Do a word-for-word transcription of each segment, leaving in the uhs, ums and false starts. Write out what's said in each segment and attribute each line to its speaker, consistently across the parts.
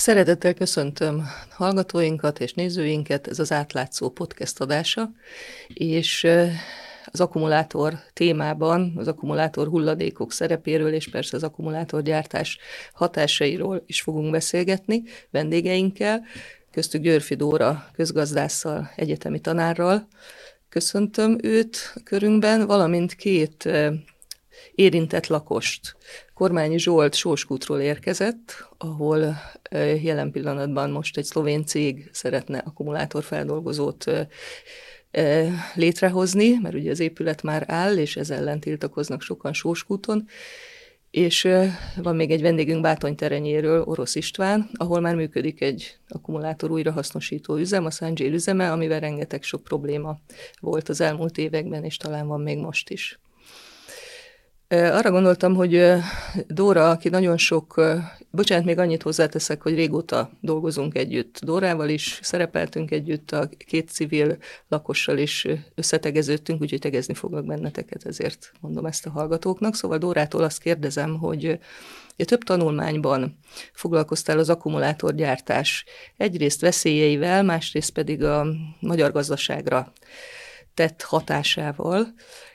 Speaker 1: Szeretettel köszöntöm hallgatóinkat és nézőinket, ez az Átlátszó podcast adása, és az akkumulátor témában, az akkumulátor hulladékok szerepéről, és persze az akkumulátorgyártás hatásairól is fogunk beszélgetni vendégeinkkel, köztük Györfi Dóra közgazdásszal, egyetemi tanárral. Köszöntöm őt a körünkben, valamint két érintett lakost. Kormányi Zsolt Sóskútról érkezett, ahol jelen pillanatban most egy szlovén cég szeretne akkumulátorfeldolgozót létrehozni, mert ugye az épület már áll, és ez ellen tiltakoznak sokan Sóskúton. És van még egy vendégünk Bátonyterenyéről, Orosz István, ahol már működik egy akkumulátor újrahasznosító üzem, a Sanjay üzeme, amivel rengeteg sok probléma volt az elmúlt években, és talán van még most is. Arra gondoltam, hogy Dóra, aki nagyon sok, bocsánat, még annyit hozzáteszek, hogy régóta dolgozunk együtt Dórával is, szerepeltünk együtt, a két civil lakossal is összetegeződtünk, úgyhogy tegezni foglak benneteket, ezért mondom ezt a hallgatóknak. Szóval Dórától azt kérdezem, hogy több tanulmányban foglalkoztál az akkumulátorgyártás egyrészt veszélyeivel, másrészt pedig a magyar gazdaságra tett hatásával,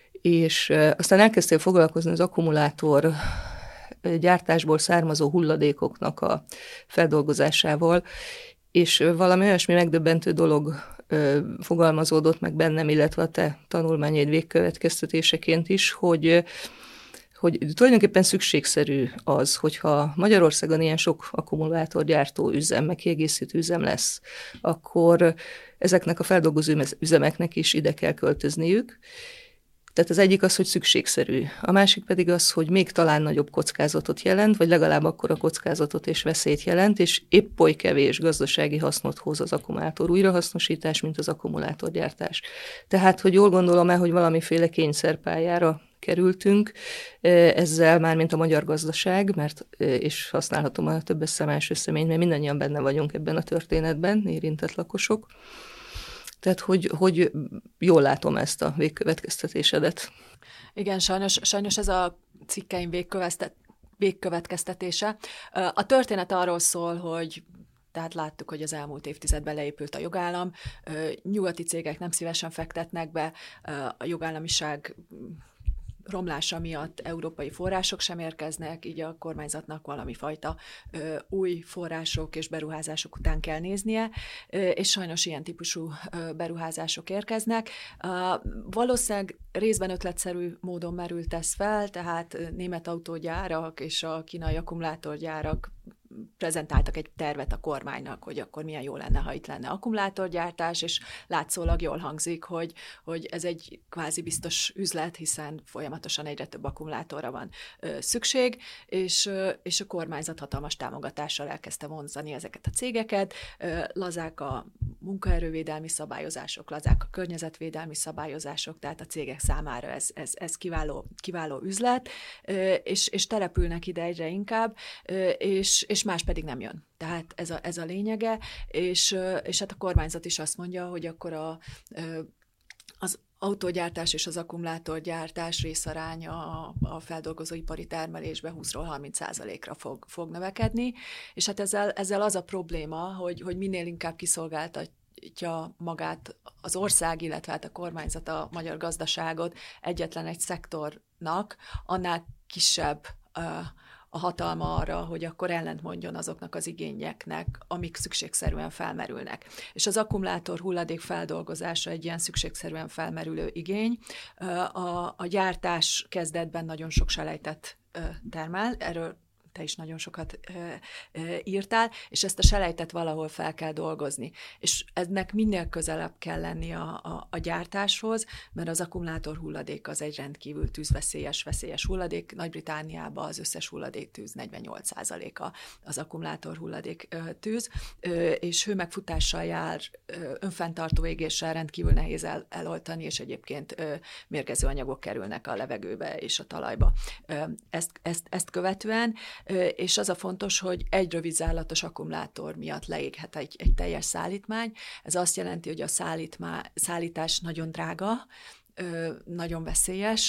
Speaker 1: és aztán elkezdtél foglalkozni az akkumulátor gyártásból származó hulladékoknak a feldolgozásával, és valami olyasmi megdöbbentő dolog fogalmazódott meg bennem, illetve a te tanulmányaid végkövetkeztetéseként is, hogy, hogy tulajdonképpen szükségszerű az, hogyha Magyarországon ilyen sok akkumulátorgyártó üzem, meg kiegészítő üzem lesz, akkor ezeknek a feldolgozó üzemeknek is ide kell költözniük. Tehát az egyik az, hogy szükségszerű. A másik pedig az, hogy még talán nagyobb kockázatot jelent, vagy legalább akkora kockázatot és veszélyt jelent, és épp oly kevés gazdasági hasznot hoz az akkumulátor újrahasznosítás, mint az akkumulátorgyártás. Tehát, hogy jól gondolom el, hogy valamiféle kényszerpályára kerültünk ezzel, már mint a magyar gazdaság, mert, és használhatom a többes szám első személyt, mert mindannyian benne vagyunk ebben a történetben, érintett lakosok. Tehát, hogy, hogy jól látom ezt a végkövetkeztetésedet.
Speaker 2: Igen, sajnos, sajnos ez a cikkeim végkövetkeztetése. A történet arról szól, hogy tehát láttuk, hogy az elmúlt évtizedben leépült a jogállam, nyugati cégek nem szívesen fektetnek be, a jogállamiság romlása miatt európai források sem érkeznek, így a kormányzatnak valami fajta ö, új források és beruházások után kell néznie, ö, és sajnos ilyen típusú ö, beruházások érkeznek. Uh, valószínűleg részben ötletszerű módon merült ez fel, tehát német autógyárak és a kínai akkumulátorgyárak prezentáltak egy tervet a kormánynak, hogy akkor milyen jó lenne, ha itt lenne akkumulátorgyártás, és látszólag jól hangzik, hogy, hogy ez egy kvázi biztos üzlet, hiszen folyamatosan egyre több akkumulátorra van ö, szükség, és, ö, és a kormányzat hatalmas támogatással elkezdte vonzani ezeket a cégeket. Ö, lazák a munkaerővédelmi szabályozások, lazák a környezetvédelmi szabályozások, tehát a cégek számára ez, ez, ez kiváló, kiváló üzlet, ö, és, és települnek ide egyre inkább, ö, és, és más pedig nem jön. Tehát ez a, ez a lényege, és, és hát a kormányzat is azt mondja, hogy akkor a, az autógyártás és az akkumulátorgyártás részaránya a, a feldolgozóipari termelésbe húszról harminc százalékra fog, fog növekedni, és hát ezzel, ezzel az a probléma, hogy, hogy minél inkább kiszolgáltatja magát az ország, illetve hát a kormányzat a magyar gazdaságot egyetlen egy szektornak, annál kisebb uh, a hatalma arra, hogy akkor ellentmondjon azoknak az igényeknek, amik szükségszerűen felmerülnek. És az akkumulátor hulladék feldolgozása egy ilyen szükségszerűen felmerülő igény. A, a gyártás kezdetben nagyon sok selejtet termel, erről te is nagyon sokat ö, ö, írtál, és ezt a selejtet valahol fel kell dolgozni. És ennek minél közelebb kell lenni a, a, a gyártáshoz, mert az akkumulátor hulladék az egy rendkívül tűzveszélyes, veszélyes hulladék. Nagy-Britanniában az összes hulladéktűz negyvennyolc százaléka az akkumulátor hulladék ö, tűz, ö, és hőmegfutással jár, ö, önfenntartó égéssel rendkívül nehéz el, eloltani, és egyébként ö, mérgező anyagok kerülnek a levegőbe és a talajba. Ö, ezt, ezt, ezt követően és az a fontos, hogy egy rövidzárlatos akkumulátor miatt leéghet egy, egy teljes szállítmány. Ez azt jelenti, hogy a szállítmá, szállítás nagyon drága, nagyon veszélyes,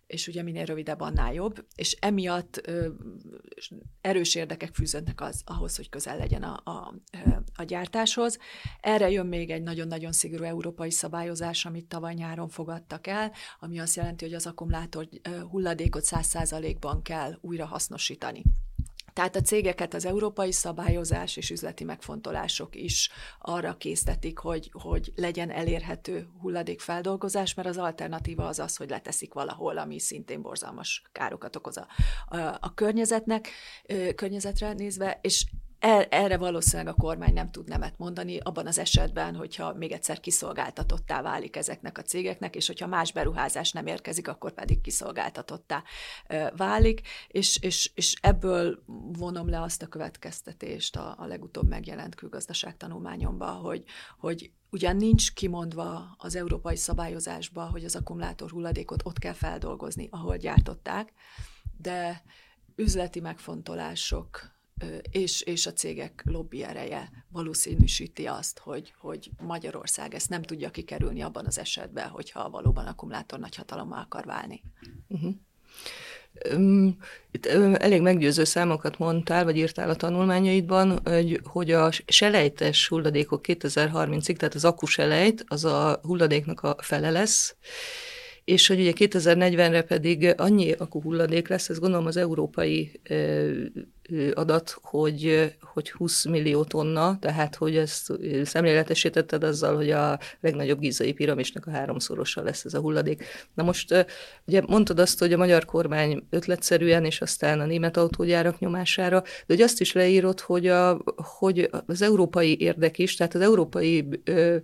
Speaker 2: és ugye minél rövidebb, annál jobb, és emiatt ö, erős érdekek fűződnek az, ahhoz, hogy közel legyen a, a, a gyártáshoz. Erre jön még egy nagyon-nagyon szigorú európai szabályozás, amit tavaly nyáron fogadtak el, ami azt jelenti, hogy az akkumulátor hulladékot száz százalékban kell újra hasznosítani. Tehát a cégeket az európai szabályozás és üzleti megfontolások is arra késztetik, hogy, hogy legyen elérhető hulladékfeldolgozás, mert az alternatíva az az, hogy leteszik valahol, ami szintén borzalmas károkat okoz a, a, a környezetnek, környezetre nézve, és erre valószínűleg a kormány nem tud nemet mondani, abban az esetben, hogyha még egyszer kiszolgáltatottá válik ezeknek a cégeknek, és hogyha más beruházás nem érkezik, akkor pedig kiszolgáltatottá válik, és, és, és ebből vonom le azt a következtetést a, a legutóbb megjelent külgazdaságtanulmányomban, hogy, hogy ugyan nincs kimondva az európai szabályozásba, hogy az akkumulátor hulladékot ott kell feldolgozni, ahol gyártották, de üzleti megfontolások És, és a cégek lobby ereje valószínűsíti azt, hogy, hogy Magyarország ezt nem tudja kikerülni abban az esetben, hogyha valóban akkumulátor nagyhatalommal akar válni. Uh-huh.
Speaker 1: Itt elég meggyőző számokat mondtál, vagy írtál a tanulmányaidban, hogy, hogy a selejtes hulladékok kétezer-harmincig, tehát az akkuselejt, az a hulladéknak a fele lesz, és hogy ugye kétezer-negyvenre pedig annyi akkuhulladék lesz, ez gondolom az európai adat, hogy, hogy húsz millió tonna, tehát hogy ezt szemléletesítetted azzal, hogy a legnagyobb gízai piramisnak a háromszorosa lesz ez a hulladék. Na most ugye mondtad azt, hogy a magyar kormány ötletszerűen, és aztán a német autógyárak nyomására, de hogy azt is leírod, hogy, a, hogy az európai érdek is, tehát az európai ö,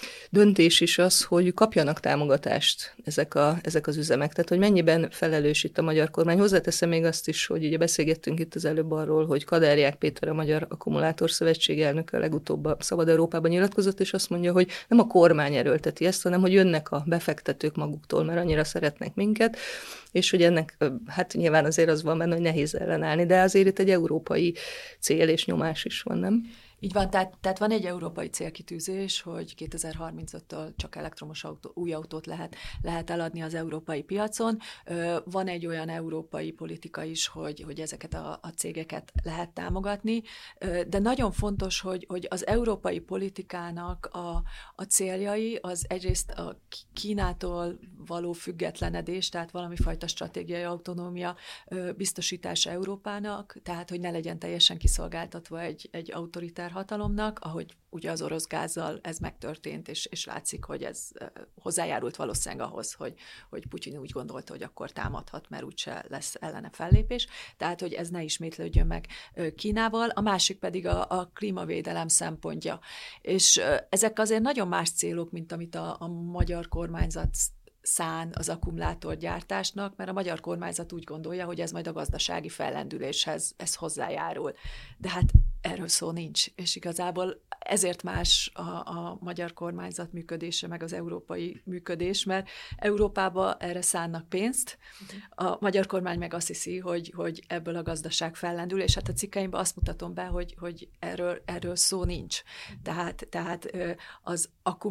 Speaker 1: döntés is az, hogy kapjanak támogatást ezek, a, ezek az üzemek. Tehát, hogy mennyiben felelős itt a magyar kormány. Hozzáteszem még azt is, hogy ugye beszélgettünk itt az előbb arról, hogy Kaderják Péter, a Magyar Akkumulátor Szövetség elnöke legutóbb a Szabad Európában nyilatkozott, és azt mondja, hogy nem a kormány erőlteti ezt, hanem hogy jönnek a befektetők maguktól, mert annyira szeretnek minket, és hogy ennek, hát nyilván azért az van benne, hogy nehéz ellenállni, de azért itt egy európai cél és nyomás is van, nem?
Speaker 2: Így van, tehát, tehát van egy európai célkitűzés, hogy kétezer-harmincöttől csak elektromos autó, új autót lehet, lehet eladni az európai piacon. Van egy olyan európai politika is, hogy, hogy ezeket a, a cégeket lehet támogatni, de nagyon fontos, hogy, hogy az európai politikának a, a céljai az egyrészt a Kínától való függetlenedés, tehát valami fajta stratégiai autonómia biztosítása Európának, tehát hogy ne legyen teljesen kiszolgáltatva egy, egy autoritár hatalomnak, ahogy ugye az orosz gázzal ez megtörtént, és, és látszik, hogy ez hozzájárult valószínűleg ahhoz, hogy, hogy Putyin úgy gondolta, hogy akkor támadhat, mert úgyse lesz ellene fellépés. Tehát, hogy ez ne ismétlődjön meg Kínával. A másik pedig a, a klímavédelem szempontja. És ezek azért nagyon más célok, mint amit a, a magyar kormányzat szán az akkumulátorgyártásnak, mert a magyar kormányzat úgy gondolja, hogy ez majd a gazdasági fellendüléshez ez hozzájárul. De hát erről szó nincs, és igazából ezért más a, a magyar kormányzat működése, meg az európai működés, mert Európában erre szánnak pénzt, a magyar kormány meg azt hiszi, hogy, hogy ebből a gazdaság fellendül, és hát a cikkeimben azt mutatom be, hogy, hogy erről, erről szó nincs. Tehát, tehát az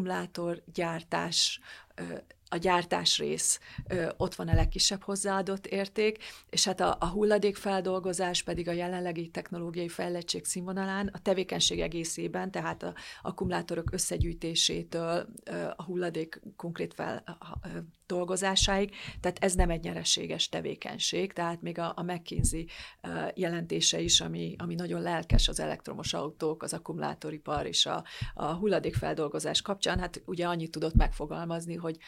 Speaker 2: akkumulátorgyártás, a gyártás rész, ott van a legkisebb hozzáadott érték, és hát a, a hulladékfeldolgozás pedig a jelenlegi technológiai fejlettség színvonalán a tevékenység egészében, tehát a akkumulátorok összegyűjtésétől a hulladék konkrét feldolgozásáig, tehát ez nem egy nyereséges tevékenység, tehát még a, a McKinsey jelentése is, ami, ami nagyon lelkes az elektromos autók, az akkumulátoripar és a, a hulladékfeldolgozás kapcsán, hát ugye annyit tudott megfogalmazni, hogy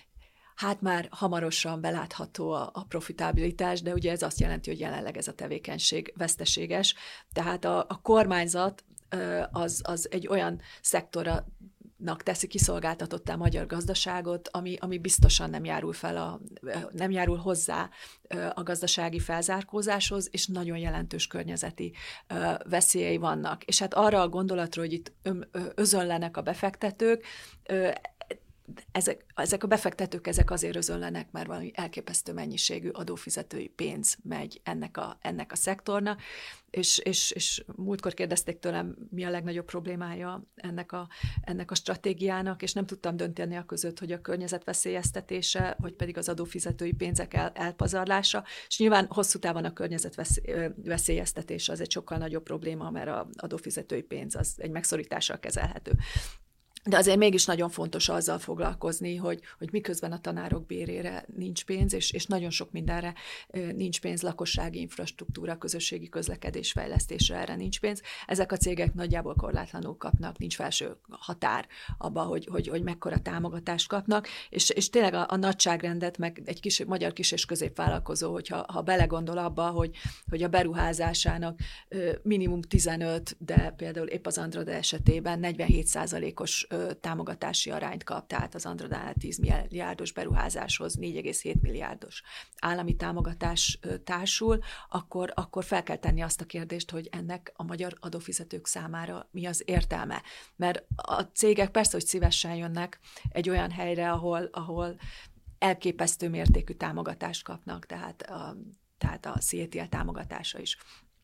Speaker 2: hát már hamarosan belátható a, a profitabilitás, de ugye ez azt jelenti, hogy jelenleg ez a tevékenység veszteséges. Tehát a, a kormányzat az, az egy olyan szektora teszi kiszolgáltatottá a magyar gazdaságot, ami, ami biztosan nem járul fel a, nem járul hozzá a gazdasági felzárkózáshoz, és nagyon jelentős környezeti veszélyei vannak. És hát arra a gondolatra, hogy itt özönlenek a befektetők, ezek, ezek a befektetők ezek azért özönlenek, mert valami elképesztő mennyiségű adófizetői pénz megy ennek a, ennek a szektornak, és, és, és múltkor kérdezték tőlem, mi a legnagyobb problémája ennek a, ennek a stratégiának, és nem tudtam dönteni a között, hogy a környezetveszélyeztetése, vagy pedig az adófizetői pénzek el, elpazarlása, és nyilván hosszú távon a környezetveszélyeztetése az egy sokkal nagyobb probléma, mert az adófizetői pénz az egy megszorítással kezelhető. De azért mégis nagyon fontos azzal foglalkozni, hogy, hogy miközben a tanárok bérére nincs pénz, és, és nagyon sok mindenre nincs pénz, lakossági infrastruktúra, közösségi közlekedés fejlesztésre erre nincs pénz. Ezek a cégek nagyjából korlátlanul kapnak, nincs felső határ abban, hogy, hogy, hogy mekkora támogatást kapnak, és, és tényleg a, a nagyságrendet, meg egy kis, magyar kis- és középvállalkozó, hogyha ha belegondol abba, hogy, hogy a beruházásának minimum tizenöt, de például épp az Andrade esetében negyvenhét százalékos támogatási arányt kap, tehát az Andradánál tíz milliárdos beruházáshoz négy egész hét milliárdos állami támogatás társul, akkor, akkor fel kell tenni azt a kérdést, hogy ennek a magyar adófizetők számára mi az értelme. Mert a cégek persze, hogy szívesen jönnek egy olyan helyre, ahol, ahol elképesztő mértékű támogatást kapnak, tehát a, tehát a cé é té el támogatása is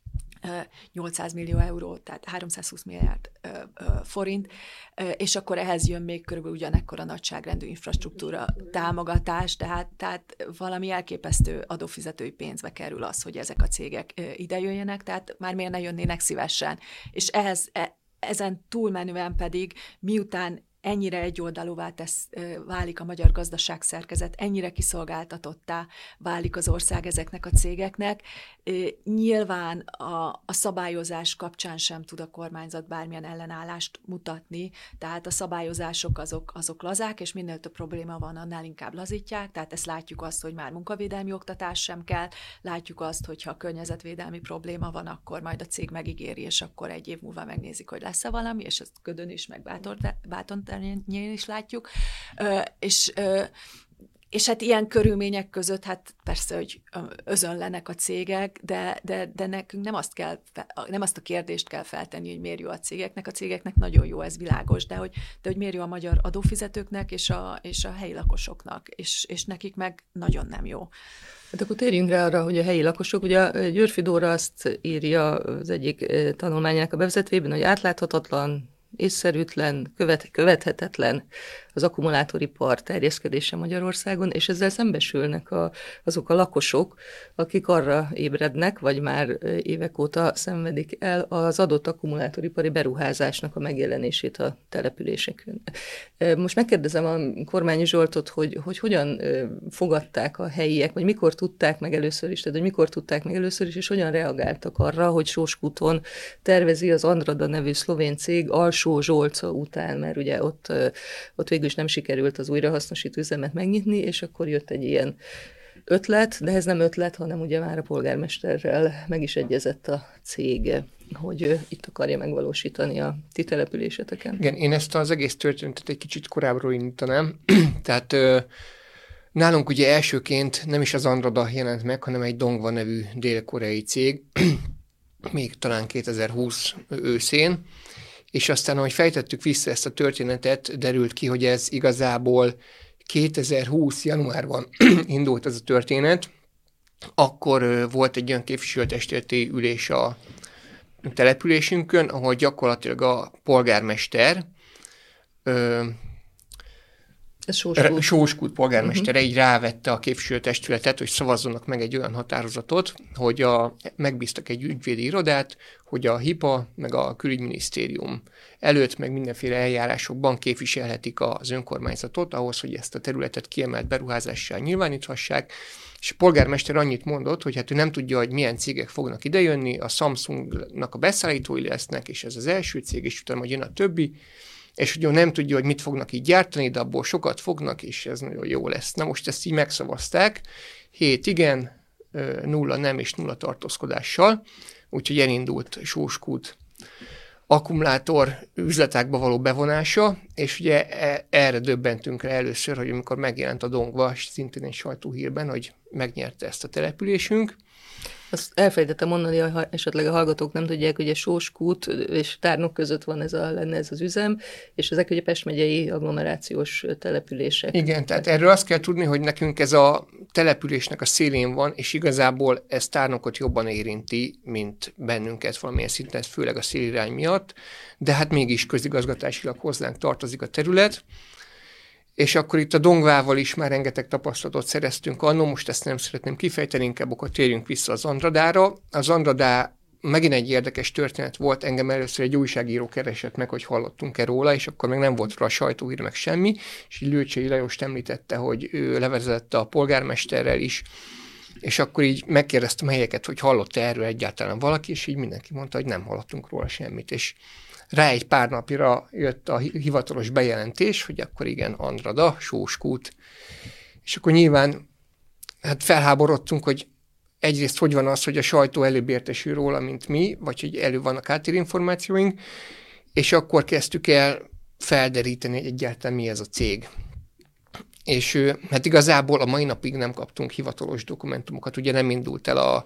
Speaker 2: nyolcszáz millió euró, tehát háromszázhúsz milliárd ö, ö, forint, ö, és akkor ehhez jön még körülbelül ugyanekkor a nagyságrendű infrastruktúra támogatás, tehát, tehát valami elképesztő adófizetői pénzbe kerül az, hogy ezek a cégek ö, idejöjjenek, tehát már miért ne jönnének szívesen. És ehhez, e, ezen túlmenően pedig, miután ennyire egyoldalúvá tesz, válik a magyar gazdaságszerkezet, ennyire kiszolgáltatottá válik az ország ezeknek a cégeknek. Nyilván a, a szabályozás kapcsán sem tud a kormányzat bármilyen ellenállást mutatni, tehát a szabályozások azok, azok lazák, és minél több probléma van, annál inkább lazítják, tehát ezt látjuk azt, hogy már munkavédelmi oktatás sem kell, látjuk azt, hogyha környezetvédelmi probléma van, akkor majd a cég megígéri, és akkor egy év múlva megnézik, hogy lesz-e valami, és ezt Gödön is, meg Báton is látjuk, ö, és, ö, és hát ilyen körülmények között, hát persze, hogy özönlenek a cégek, de, de, de nekünk nem azt, kell, nem azt a kérdést kell feltenni, hogy miért jó a cégeknek, a cégeknek nagyon jó, ez világos, de hogy, de hogy miért jó a magyar adófizetőknek és a, és a helyi lakosoknak, és, és nekik meg nagyon nem jó.
Speaker 1: Hát akkor térjünk rá arra, hogy a helyi lakosok, ugye Györffy Dóra azt írja az egyik tanulmányának a bevezetőjében, hogy átláthatatlan, észszerűtlen, követ, követhetetlen az akkumulátoripar terjeszkedése Magyarországon, és ezzel szembesülnek a, azok a lakosok, akik arra ébrednek, vagy már évek óta szenvedik el az adott akkumulátoripari beruházásnak a megjelenését a településeken. Most megkérdezem a Kormányi Zsoltot, hogy, hogy hogyan fogadták a helyiek, vagy mikor tudták meg először is, tehát hogy mikor tudták meg először is, és hogyan reagáltak arra, hogy Sóskúton tervezi az Andrada nevű szlovén cég Alsó Zsolca után, mert ugye ott, ott végül is nem sikerült az újrahasznosító üzemet megnyitni, és akkor jött egy ilyen ötlet, de ez nem ötlet, hanem ugye már a polgármesterrel meg is egyezett a cég, hogy itt akarja megvalósítani a ti településeteken.
Speaker 3: Igen, én ezt az egész történetet egy kicsit korábbról indítanám. Tehát nálunk ugye elsőként nem is az Andrada jelent meg, hanem egy Dongva nevű dél-koreai cég, még talán kétezer-húsz őszén, és aztán, ahogy fejtettük vissza ezt a történetet, derült ki, hogy ez igazából kétezer-húsz januárban indult ez a történet, akkor volt egy olyan képviselőtestületi ülés a településünkön, ahol gyakorlatilag a polgármester,
Speaker 1: Sóskút.
Speaker 3: Sóskút polgármestere uh-huh. így rávette a képviselőtestületet, hogy szavazzanak meg egy olyan határozatot, hogy a, megbíztak egy ügyvédi irodát, hogy a HIPA, meg a külügyminisztérium előtt, meg mindenféle eljárásokban képviselhetik az önkormányzatot, ahhoz, hogy ezt a területet kiemelt beruházással nyilváníthassák. És a polgármester annyit mondott, hogy hát ő nem tudja, hogy milyen cégek fognak idejönni, a Samsungnak a beszállítói lesznek, és ez az első cég, és utána majd jön a többi, és ugye nem tudja, hogy mit fognak így gyártani, de abból sokat fognak, és ez nagyon jó lesz. Na most ezt így megszavazták, hét igen, nulla nem és nulla tartózkodással, úgyhogy elindult Sóskút akkumulátor üzletákba való bevonása, és ugye erre döbbentünk rá először, hogy amikor megjelent a Dongva, szintén egy sajtóhírben, hogy megnyerte ezt a településünk.
Speaker 1: Azt elfelejtettem mondani, ha esetleg a hallgatók nem tudják, hogy a Sóskút és Tárnok között van ez a, lenne ez az üzem, és ezek ugye Pest megyei agglomerációs települések.
Speaker 3: Igen, tehát erről azt kell tudni, hogy nekünk ez a településnek a szélén van, és igazából ez Tárnokot jobban érinti, mint bennünket valamilyen szinten, főleg a szélirány miatt, de hát mégis közigazgatásilag hozzánk tartozik a terület, és akkor itt a Dongvával is már rengeteg tapasztalatot szereztünk annól, most ezt nem szeretném kifejteni, inkább akkor térjünk vissza az Andradára. Az Andradá megint egy érdekes történet volt, engem először egy újságíró keresett meg, hogy hallottunk-e róla, és akkor még nem volt róla sajtóhír, meg semmi, és így Lőcsei Lajost említette, hogy ő levezette a polgármesterrel is, és akkor így megkérdeztem helyeket, hogy hallott-e erről egyáltalán valaki, és így mindenki mondta, hogy nem hallottunk róla semmit, és rá egy pár napira jött a hivatalos bejelentés, hogy akkor igen, Andrada, Sóskút. És akkor nyilván hát felháborodtunk, hogy egyrészt hogy van az, hogy a sajtó előbb értesül róla, mint mi, vagy hogy elő vannak háttérinformációink, és akkor kezdtük el felderíteni, hogy egyáltalán mi ez a cég. És hát igazából a mai napig nem kaptunk hivatalos dokumentumokat, ugye nem indult el a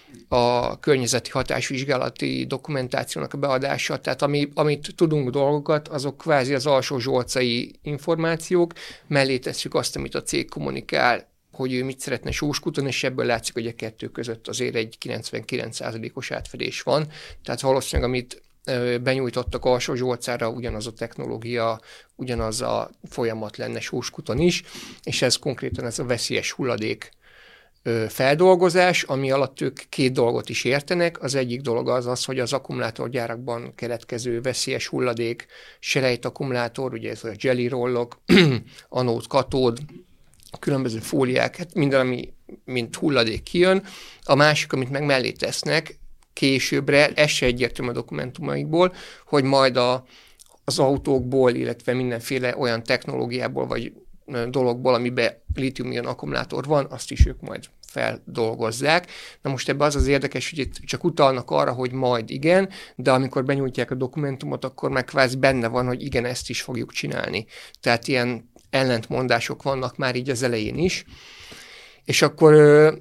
Speaker 3: a környezeti hatásvizsgálati dokumentációnak a beadása, tehát ami, amit tudunk dolgokat, azok kvázi az alsó zsolcai információk, mellé tesszük azt, amit a cég kommunikál, hogy ő mit szeretne Sóskúton, és ebből látszik, hogy a kettő között azért egy kilencvenkilenc százalékos átfedés van, tehát valószínűleg amit benyújtottak alsó zsolcára, ugyanaz a technológia, ugyanaz a folyamat lenne Sóskúton is, és ez konkrétan ez a veszélyes hulladék feldolgozás, ami alatt ők két dolgot is értenek. Az egyik dolog az az, hogy az akkumulátorgyárakban keletkező veszélyes hulladék, selejt akkumulátor, ugye ez a jelly rollok, anód, katód, különböző fóliák, hát minden, ami mint hulladék kijön. A másik, amit meg mellé tesznek későbbre, ez se egyértelmű a dokumentumaikból, hogy majd a, az autókból, illetve mindenféle olyan technológiából, vagy dologból, amiben lítium-ion akkumulátor van, azt is ők majd feldolgozzák. Na most ebben az az érdekes, hogy itt csak utalnak arra, hogy majd igen, de amikor benyújtják a dokumentumot, akkor meg kvázi benne van, hogy igen, ezt is fogjuk csinálni. Tehát ilyen ellentmondások vannak már így az elején is. És akkor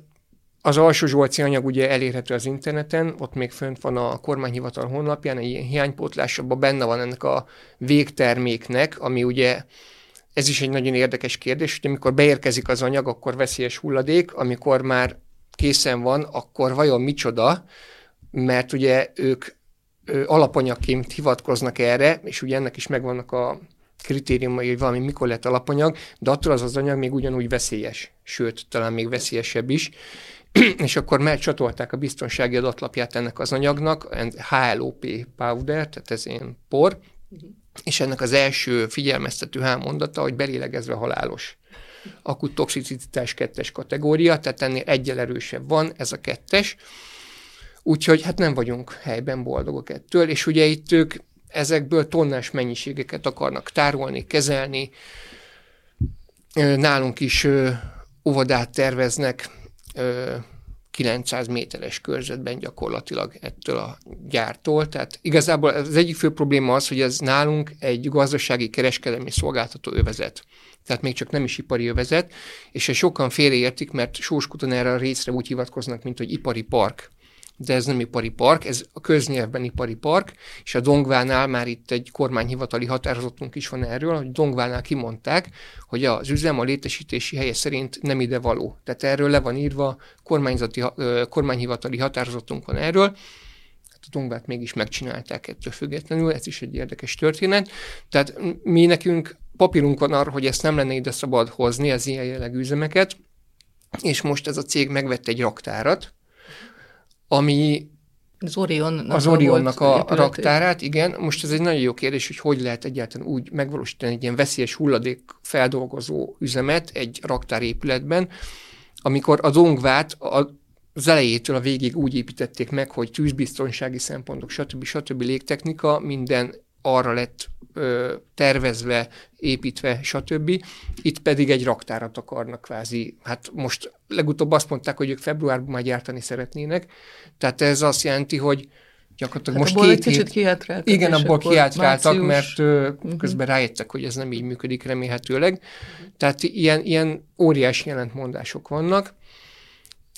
Speaker 3: az alsó zsolci anyag ugye elérhető az interneten, ott még fönt van a kormányhivatal honlapján, egy ilyen hiánypótlás, abban benne van ennek a végterméknek, ami ugye ez is egy nagyon érdekes kérdés, hogy amikor beérkezik az anyag, akkor veszélyes hulladék, amikor már készen van, akkor vajon micsoda, mert ugye ők ö, alapanyagként hivatkoznak erre, és ugye ennek is megvannak a kritériumai, hogy valami mikor lett alapanyag, de attól az az anyag még ugyanúgy veszélyes, sőt, talán még veszélyesebb is, és akkor megcsatolták a biztonsági adatlapját ennek az anyagnak, há el o pé powder, tehát ez ilyen por, és ennek az első figyelmeztető hámondata, hogy belélegezve halálos. Akut toxicitás kettes kategória, tehát ennél egyel erősebb van ez a kettes. Úgyhogy hát nem vagyunk helyben boldogok ettől, és ugye itt ők ezekből tonnás mennyiségeket akarnak tárolni, kezelni. Nálunk is óvodát terveznek kilencszáz méteres körzetben gyakorlatilag ettől a gyártól. Tehát igazából az egyik fő probléma az, hogy ez nálunk egy gazdasági kereskedelmi szolgáltató övezet. Tehát még csak nem is ipari övezet, és ezt sokan félreértik, mert Sóskúton erre a részre úgy hivatkoznak, mint hogy ipari park. De ez nem ipari park, ez a köznyelvben ipari park, és a Dongvánál már itt egy kormányhivatali határozatunk is van erről, hogy Dongvánál kimondták, hogy az üzem a létesítési helye szerint nem ide való. Tehát erről le van írva, kormányzati, kormányhivatali határozatunk van erről, hát a Dongvát mégis megcsinálták ettől függetlenül, ez is egy érdekes történet. Tehát mi nekünk papírunk van arra, hogy ezt nem lenne ide szabad hozni, az ilyen jellegű üzemeket, és most ez a cég megvette egy raktárat, ami
Speaker 1: az, Orionnak
Speaker 3: az Orionnak a, a raktárát, igen. Most ez egy nagyon jó kérdés, hogy hogy lehet egyáltalán úgy megvalósítani egy ilyen veszélyes hulladék feldolgozó üzemet egy raktárépületben, amikor a Dongvát az elejétől a végig úgy építették meg, hogy tűzbiztonsági szempontok, stb. stb. Légtechnika, minden arra lett ö, tervezve, építve, stb. Itt pedig egy raktárat akarnak kvázi. Hát most legutóbb azt mondták, hogy ők februárban már gyártani szeretnének. Tehát ez azt jelenti, hogy gyakorlatilag
Speaker 1: hát
Speaker 3: most két
Speaker 1: kicsit kihátráltak.
Speaker 3: Igen, abból kihátráltak, március... mert ö,
Speaker 1: uh-huh.
Speaker 3: közben rájöttek, hogy ez nem így működik remélhetőleg. Tehát ilyen, ilyen óriási jelentmondások vannak.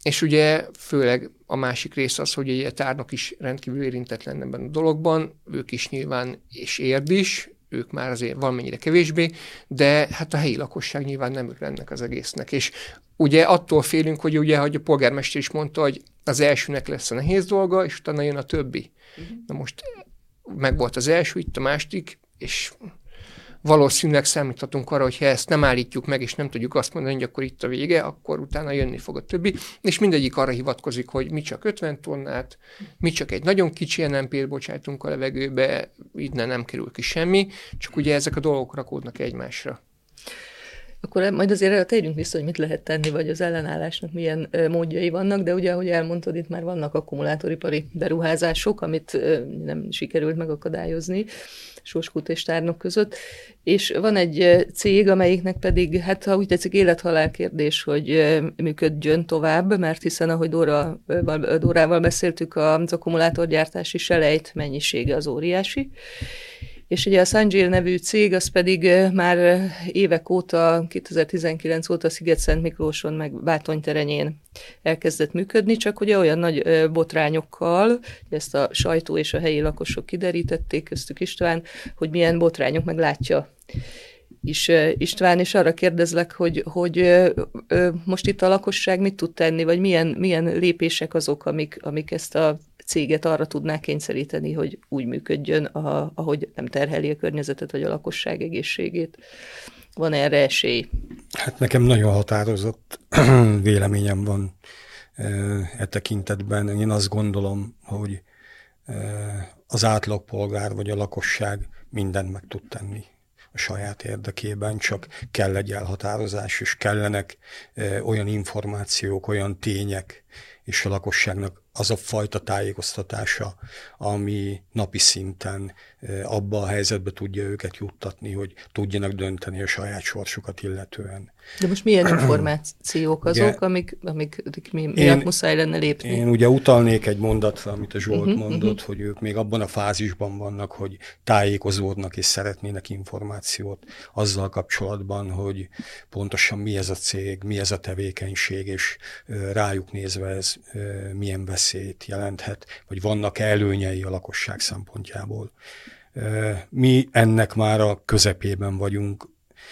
Speaker 3: És ugye főleg a másik rész az, hogy a tárnok is rendkívül érintetlen ebben a dologban, ők is nyilván, és Érd is, ők már azért valamennyire kevésbé, de hát a helyi lakosság nyilván nem örülnek az egésznek. És ugye attól félünk, hogy ugye, hogy a polgármester is mondta, hogy az elsőnek lesz a nehéz dolga, és utána jön a többi. Uh-huh. Na most meg volt az első, itt a második, és valószínűleg számíthatunk arra, hogy ha ezt nem állítjuk meg, és nem tudjuk azt mondani, hogy akkor itt a vége, akkor utána jönni fog a többi, és mindegyik arra hivatkozik, hogy mi csak ötven tonnát, mi csak egy nagyon kicsi en em pét bocsájtunk a levegőbe, innen nem kerül ki semmi, csak ugye ezek a dolgok rakódnak egymásra.
Speaker 1: Akkor majd azért térjünk vissza, hogy mit lehet tenni, vagy az ellenállásnak milyen módjai vannak, de ugye, ahogy elmondtad, itt már vannak akkumulátoripari beruházások, amit nem sikerült megakadályozni Sóskút és Tárnok között, és van egy cég, amelyiknek pedig, hát ha úgy tetszik, élethalál kérdés, hogy működjön tovább, mert hiszen, ahogy Dóra, Dórával beszéltük, az akkumulátorgyártási selejt mennyisége az óriási, és ugye a Sungyl nevű cég, az pedig már évek óta, kétezer-tizenkilenc óta Sziget-Szent Miklóson meg Bátonyterenyén elkezdett működni, csak ugye olyan nagy botrányokkal, ezt a sajtó és a helyi lakosok kiderítették, köztük István, hogy milyen botrányok meg látja is István, és arra kérdezlek, hogy, hogy most itt a lakosság mit tud tenni, vagy milyen, milyen lépések azok, amik, amik ezt a céget arra tudnák kényszeríteni, hogy úgy működjön, ahogy nem terheli a környezetet, vagy a lakosság egészségét. Van erre esély?
Speaker 4: Hát nekem nagyon határozott véleményem van e tekintetben. Én azt gondolom, hogy az átlagpolgár vagy a lakosság mindent meg tud tenni a saját érdekében, csak kell egy elhatározás, és kellenek olyan információk, olyan tények, és a lakosságnak az a fajta tájékoztatása, ami napi szinten abba a helyzetbe tudja őket juttatni, hogy tudjanak dönteni a saját sorsukat illetően.
Speaker 1: De most milyen információk azok, ugye, amik, amik mi, miatt én, muszáj lenne lépni?
Speaker 4: Én ugye utalnék egy mondatra, amit a Zsolt uh-huh, mondott, uh-huh. hogy ők még abban a fázisban vannak, hogy tájékozódnak és szeretnének információt azzal kapcsolatban, hogy pontosan mi ez a cég, mi ez a tevékenység, és rájuk nézve ez milyen veszélyt jelenthet, vagy vannak előnyei a lakosság szempontjából. Mi ennek már a közepében vagyunk,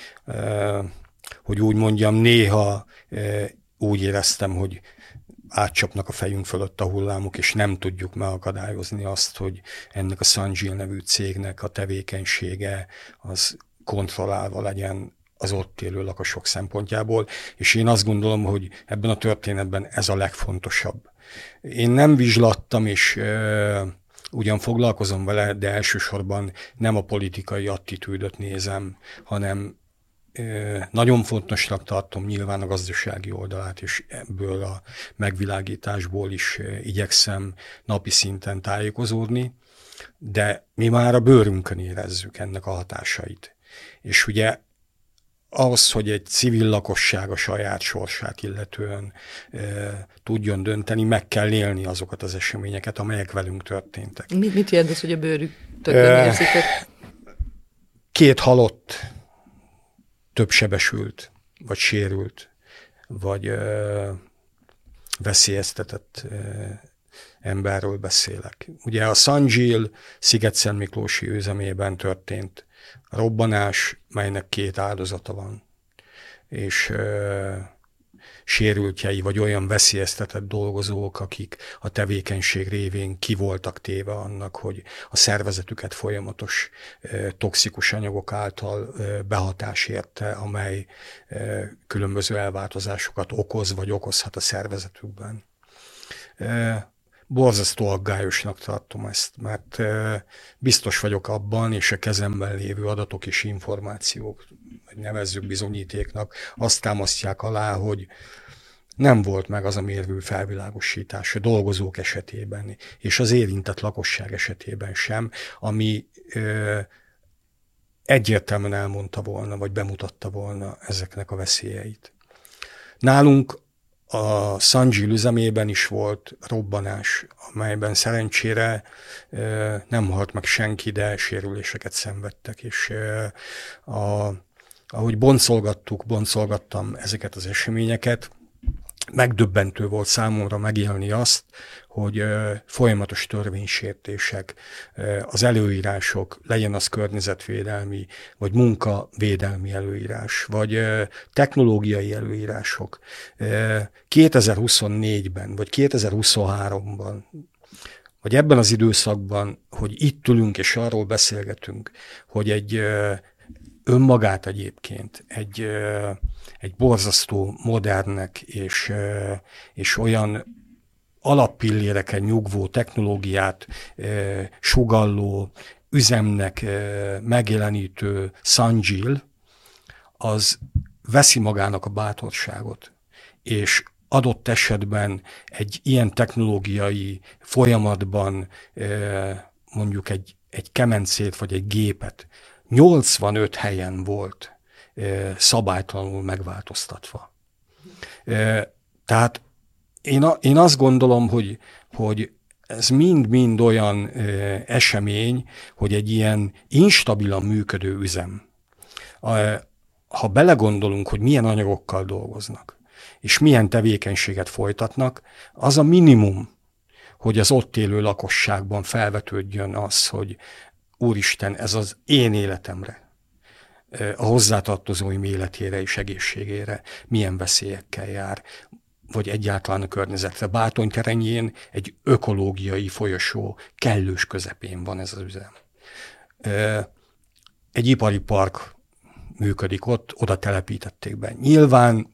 Speaker 4: hogy úgy mondjam, néha úgy éreztem, hogy átcsapnak a fejünk fölött a hullámok, és nem tudjuk megakadályozni azt, hogy ennek a Sungyl nevű cégnek a tevékenysége az kontrollálva legyen az ott élő lakosok szempontjából, és én azt gondolom, hogy ebben a történetben ez a legfontosabb. Én nem vizslattam, és ö, ugyan foglalkozom vele, de elsősorban nem a politikai attitűdöt nézem, hanem ö, nagyon fontosnak tartom nyilván a gazdasági oldalát, és ebből a megvilágításból is ö, igyekszem napi szinten tájékozódni, de mi már a bőrünkön érezzük ennek a hatásait. És ugye ahhoz, hogy egy civil lakosság a saját sorsát illetően e, tudjon dönteni, meg kell élni azokat az eseményeket, amelyek velünk történtek.
Speaker 1: Mit, mit jelent az, hogy a bőrükön e, érzitek?
Speaker 4: Két halott, több sebesült, vagy sérült, vagy e, veszélyeztetett e, emberről beszélek. Ugye a Sungyl Sziget-Szent Miklósi üzemében történt robbanás, melynek két áldozata van, és ö, sérültjei, vagy olyan veszélyeztetett dolgozók, akik a tevékenység révén ki voltak téve annak, hogy a szervezetüket folyamatos ö, toxikus anyagok által ö, behatás érte, amely ö, különböző elváltozásokat okoz, vagy okozhat a szervezetükben. Ö, Borzasztó aggályosnak tartom ezt, mert biztos vagyok abban, és a kezemben lévő adatok és információk, vagy nevezzük bizonyítéknak, azt támasztják alá, hogy nem volt meg az a mérvű felvilágosítás a dolgozók esetében, és az érintett lakosság esetében sem, ami ö, egyértelműen elmondta volna, vagy bemutatta volna ezeknek a veszélyeit. Nálunk a Sungyl üzemében is volt robbanás, amelyben szerencsére ö, nem halt meg senki, de sérüléseket szenvedtek, és ö, a, ahogy boncolgattuk, boncolgattam ezeket az eseményeket, megdöbbentő volt számomra megélni azt, hogy ö, folyamatos törvénysértések, ö, az előírások, legyen az környezetvédelmi, vagy munkavédelmi előírás, vagy ö, technológiai előírások. Ö, kétezer-huszonnégyben, vagy kétezer-huszonháromban, vagy ebben az időszakban, hogy itt ülünk és arról beszélgetünk, hogy egy ö, önmagát egyébként egy, egy borzasztó modernnek és, és olyan alappilléreken nyugvó technológiát sugalló üzemnek megjelenítő Sanjil, az veszi magának a bátorságot, és adott esetben egy ilyen technológiai folyamatban mondjuk egy, egy kemencét vagy egy gépet nyolcvanöt helyen volt e, szabálytalanul megváltoztatva. E, tehát én, a, én azt gondolom, hogy, hogy ez mind-mind olyan e, esemény, hogy egy ilyen instabilan működő üzem. E, ha belegondolunk, hogy milyen anyagokkal dolgoznak, és milyen tevékenységet folytatnak, az a minimum, hogy az ott élő lakosságban felvetődjön az, hogy Úristen, ez az én életemre, a hozzátartozóim életére és egészségére milyen veszélyekkel jár, vagy egyáltalán a környezetre. Bátonyterenyén egy ökológiai folyosó kellős közepén van ez az üzem. Egy ipari park működik ott, oda telepítették be. Nyilván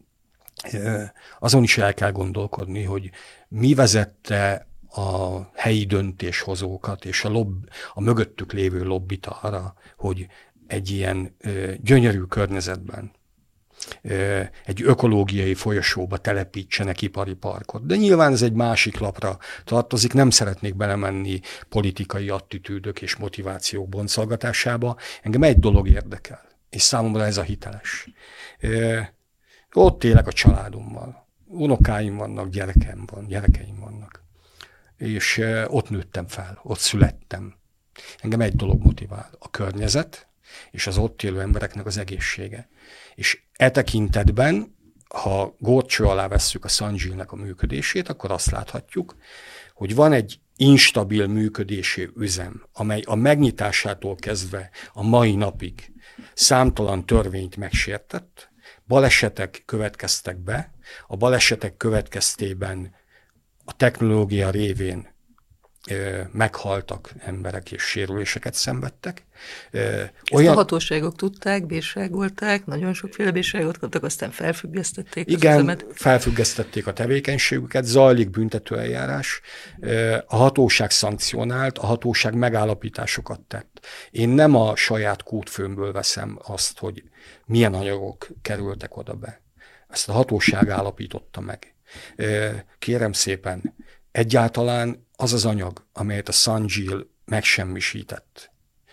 Speaker 4: azon is el kell gondolkodni, hogy mi vezette a helyi döntéshozókat és a, lobb, a mögöttük lévő lobbit arra, hogy egy ilyen ö, gyönyörű környezetben ö, egy ökológiai folyosóba telepítsenek ipari parkot. De nyilván ez egy másik lapra tartozik, nem szeretnék belemenni politikai attitűdök és motivációk boncolgatásába. Engem egy dolog érdekel, és számomra ez a hiteles. Ö, ott élek a családommal. Unokáim vannak, gyerekem van, gyerekeim vannak. És ott nőttem fel, ott születtem. Engem egy dolog motivál, a környezet és az ott élő embereknek az egészsége. És e tekintetben, ha górcső alá vesszük a Sanjilnek a működését, akkor azt láthatjuk, hogy van egy instabil működésű üzem, amely a megnyitásától kezdve a mai napig számtalan törvényt megsértett, balesetek következtek be, a balesetek következtében a technológia révén ö, meghaltak emberek és sérüléseket szenvedtek. Ö,
Speaker 1: olyan... a hatóságok tudták, bírságolták, nagyon sokféle bírságot kaptak, aztán felfüggesztették
Speaker 4: igen,
Speaker 1: az üzemet.
Speaker 4: felfüggesztették a tevékenységüket, zajlik büntetőeljárás, a hatóság szankcionált, a hatóság megállapításokat tett. Én nem a saját kútfőmből veszem azt, hogy milyen anyagok kerültek oda be. Ezt a hatóság állapította meg. Kérem szépen, egyáltalán az az anyag, amelyet a Sanjil megsemmisített,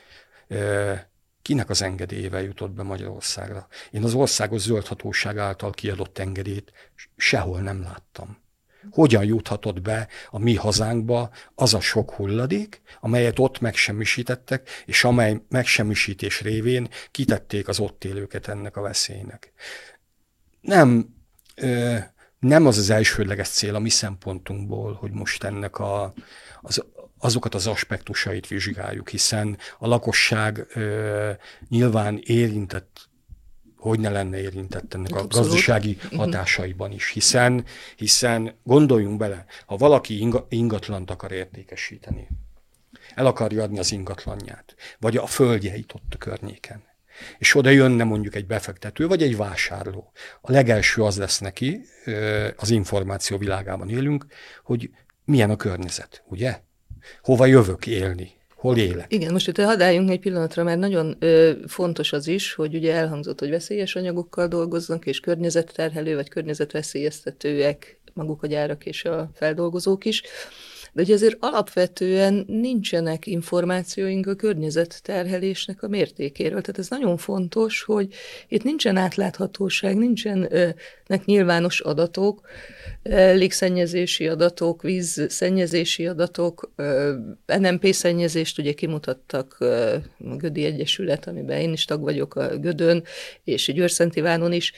Speaker 4: kinek az engedélyével jutott be Magyarországra? Én az Országos Zöld Hatóság által kiadott engedélyt sehol nem láttam. Hogyan juthatott be a mi hazánkba az a sok hulladék, amelyet ott megsemmisítettek, és amely megsemmisítés révén kitették az ott élőket ennek a veszélynek. Nem... Ö, Nem az az elsődleges cél a mi szempontunkból, hogy most ennek a, az, azokat az aspektusait vizsgáljuk, hiszen a lakosság ö, nyilván érintett, hogy ne lenne érintett ennek a
Speaker 1: Abszolút.
Speaker 4: gazdasági hatásaiban is, hiszen, hiszen gondoljunk bele, ha valaki inga, ingatlant akar értékesíteni, el akarja adni az ingatlanját, vagy a földjeit ott a környéken, és oda jönne mondjuk egy befektető, vagy egy vásárló. A legelső az lesz neki, az információ világában élünk, hogy milyen a környezet, ugye? Hova jövök élni? Hol élek?
Speaker 1: Igen, most itt hadd álljunk egy pillanatra, mert nagyon ö, fontos az is, hogy ugye elhangzott, hogy veszélyes anyagokkal dolgoznak, és környezetterhelő, vagy környezetveszélyeztetőek maguk a gyárak és a feldolgozók is. De hogy azért alapvetően nincsenek információink a környezetterhelésnek a mértékéről. Tehát ez nagyon fontos, hogy itt nincsen átláthatóság, nincsenek nyilvános adatok, légszennyezési adatok, vízszennyezési adatok, en em pé szennyezést ugye kimutattak a Gödi Egyesület, amiben én is tag vagyok a Gödön, és Győr-Szent-Ivánon is,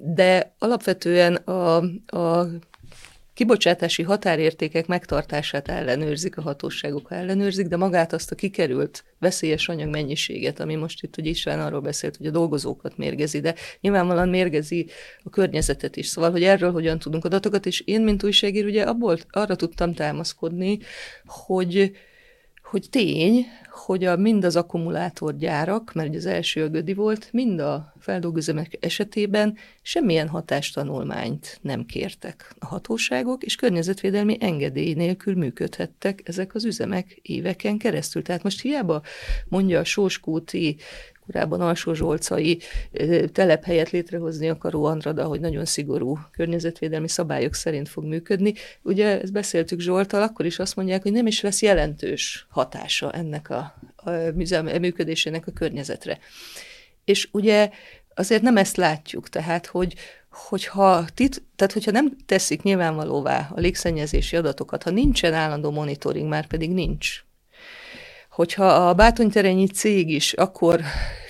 Speaker 1: de alapvetően a, a kibocsátási határértékek megtartását ellenőrzik, a hatóságok ellenőrzik, de magát azt a kikerült veszélyes anyag mennyiséget, ami most itt, hogy István arról beszélt, hogy a dolgozókat mérgezi, de nyilvánvalóan mérgezi a környezetet is. Szóval, hogy erről hogyan tudunk adatokat, és én, mint újságíró, ugye abból arra tudtam támaszkodni, hogy hogy tény, hogy a, mind az akkumulátorgyárak, mert az első a Gödi volt, mind a feldolgozóüzemek esetében semmilyen hatástanulmányt nem kértek a hatóságok, és környezetvédelmi engedély nélkül működhettek ezek az üzemek éveken keresztül. Tehát most hiába mondja a Sóskúti, korábban Alsó-Zsolcai telephelyet létrehozni akaró Andrada, hogy nagyon szigorú környezetvédelmi szabályok szerint fog működni. Ugye ezt beszéltük Zsolttal, akkor is azt mondják, hogy nem is lesz jelentős hatása ennek a, a működésének a környezetre. És ugye azért nem ezt látjuk, tehát hogy Hogyha, tit, tehát, hogyha nem teszik nyilvánvalóvá a légszennyezési adatokat, ha nincsen állandó monitoring, már pedig nincs, hogyha a Bátonyterényi cég is akkor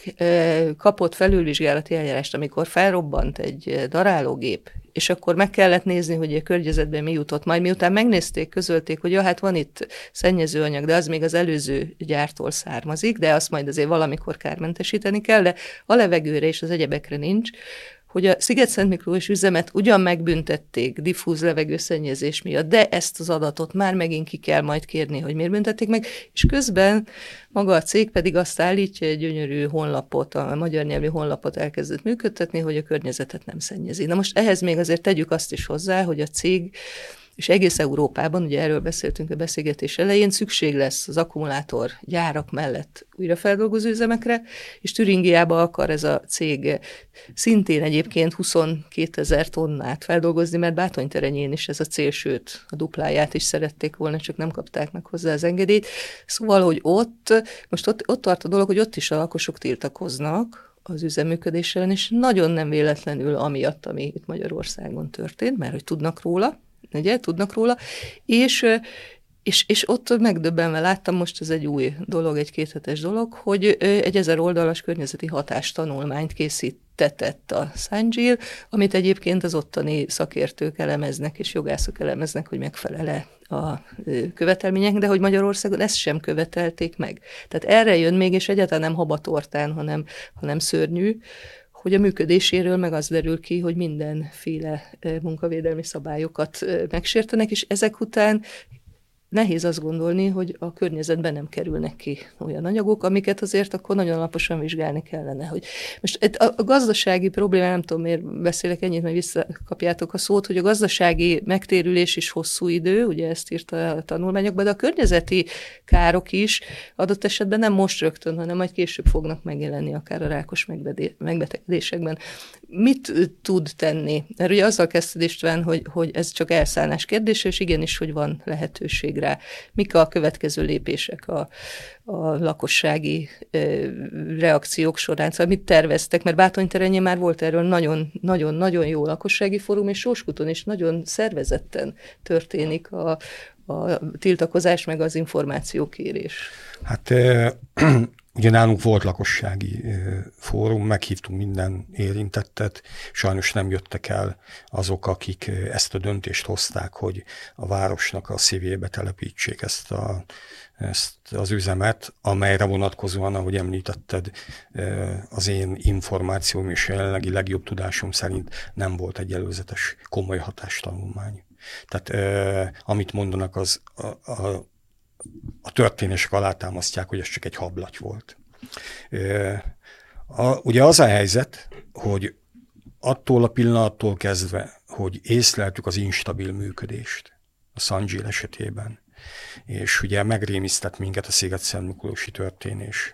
Speaker 1: e, kapott felülvizsgálati eljárást, amikor felrobbant egy darálógép, és akkor meg kellett nézni, hogy a környezetben mi jutott. Majd miután megnézték, közölték, hogy ja, hát van itt szennyezőanyag, de az még az előző gyártól származik, de azt majd azért valamikor kármentesíteni kell, de a levegőre és az egyebekre nincs, hogy a Sziget-Szentmiklós üzemet ugyan megbüntették diffúz levegőszennyezés miatt, de ezt az adatot már megint ki kell majd kérni, hogy miért büntették meg, és közben maga a cég pedig azt állítja, egy gyönyörű honlapot, a magyar nyelvű honlapot elkezdett működtetni, hogy a környezetet nem szennyezi. Na most ehhez még azért tegyük azt is hozzá, hogy a cég, és egész Európában, ugye erről beszéltünk a beszélgetés elején, szükség lesz az akkumulátor gyárak mellett újrafeldolgozó üzemekre, és Türingiába akar ez a cég szintén egyébként huszonkétezer tonnát feldolgozni, mert Bátonyterenyén is ez a cél, sőt, a dupláját is szerették volna, csak nem kapták meg hozzá az engedélyt. Szóval, hogy ott, most ott, ott tart a dolog, hogy ott is a lakosok tiltakoznak az üzemműködés ellen, és nagyon nem véletlenül amiatt, ami itt Magyarországon történt, mert hogy tudnak róla, ugye, tudnak róla, és, és, és ott megdöbbenve láttam, most ez egy új dolog, egy kéthetes dolog, hogy egy ezer oldalas környezeti hatástanulmányt készítetett a Sanjil, amit egyébként az ottani szakértők elemeznek, és jogászok elemeznek, hogy megfelele a követelmények, de hogy Magyarországon ezt sem követelték meg. Tehát erre jön még, és egyáltalán nem habatortán, hanem, hanem szörnyű, hogy a működéséről meg az derül ki, hogy mindenféle munkavédelmi szabályokat megsértenek, és ezek után nehéz azt gondolni, hogy a környezetben nem kerülnek ki olyan anyagok, amiket azért akkor nagyon alaposan vizsgálni kellene. Hogy most a gazdasági probléma, nem tudom, miért beszélek ennyit, mert visszakapjátok a szót, hogy a gazdasági megtérülés is hosszú idő, ugye ezt írta a tanulmányokban, de a környezeti károk is adott esetben nem most rögtön, hanem majd később fognak megjelenni akár a rákos megbetegedésekben. Mit tud tenni? Mert ugye azzal kezdted István, hogy, hogy ez csak elszállás kérdése, és igenis, hogy van lehetőség rá. Mik a következő lépések a, a lakossági e, reakciók során? Szóval mit terveztek? Mert Bátonyterenyén már volt erről nagyon-nagyon jó lakossági fórum, és Sóskúton is nagyon szervezetten történik a, a tiltakozás, meg az információkérés.
Speaker 4: Hát e, ugye nálunk volt lakossági e, fórum, meghívtunk minden érintettet, sajnos nem jöttek el azok, akik ezt a döntést hozták, hogy a városnak a szívébe telepítsék ezt, a, ezt az üzemet, amelyre vonatkozóan, ahogy említetted, az én információm és jelenlegi legjobb tudásom szerint nem volt egy előzetes komoly hatástanulmány. Tehát eh, amit mondanak, az a, a, a történések alátámasztják, hogy ez csak egy hablaty volt. Eh, a, ugye az a helyzet, hogy attól a pillanattól kezdve, hogy észleltük az instabil működést a Sanjil esetében, és ugye megrémisztett minket a Sziget-Szentmiklósi történés.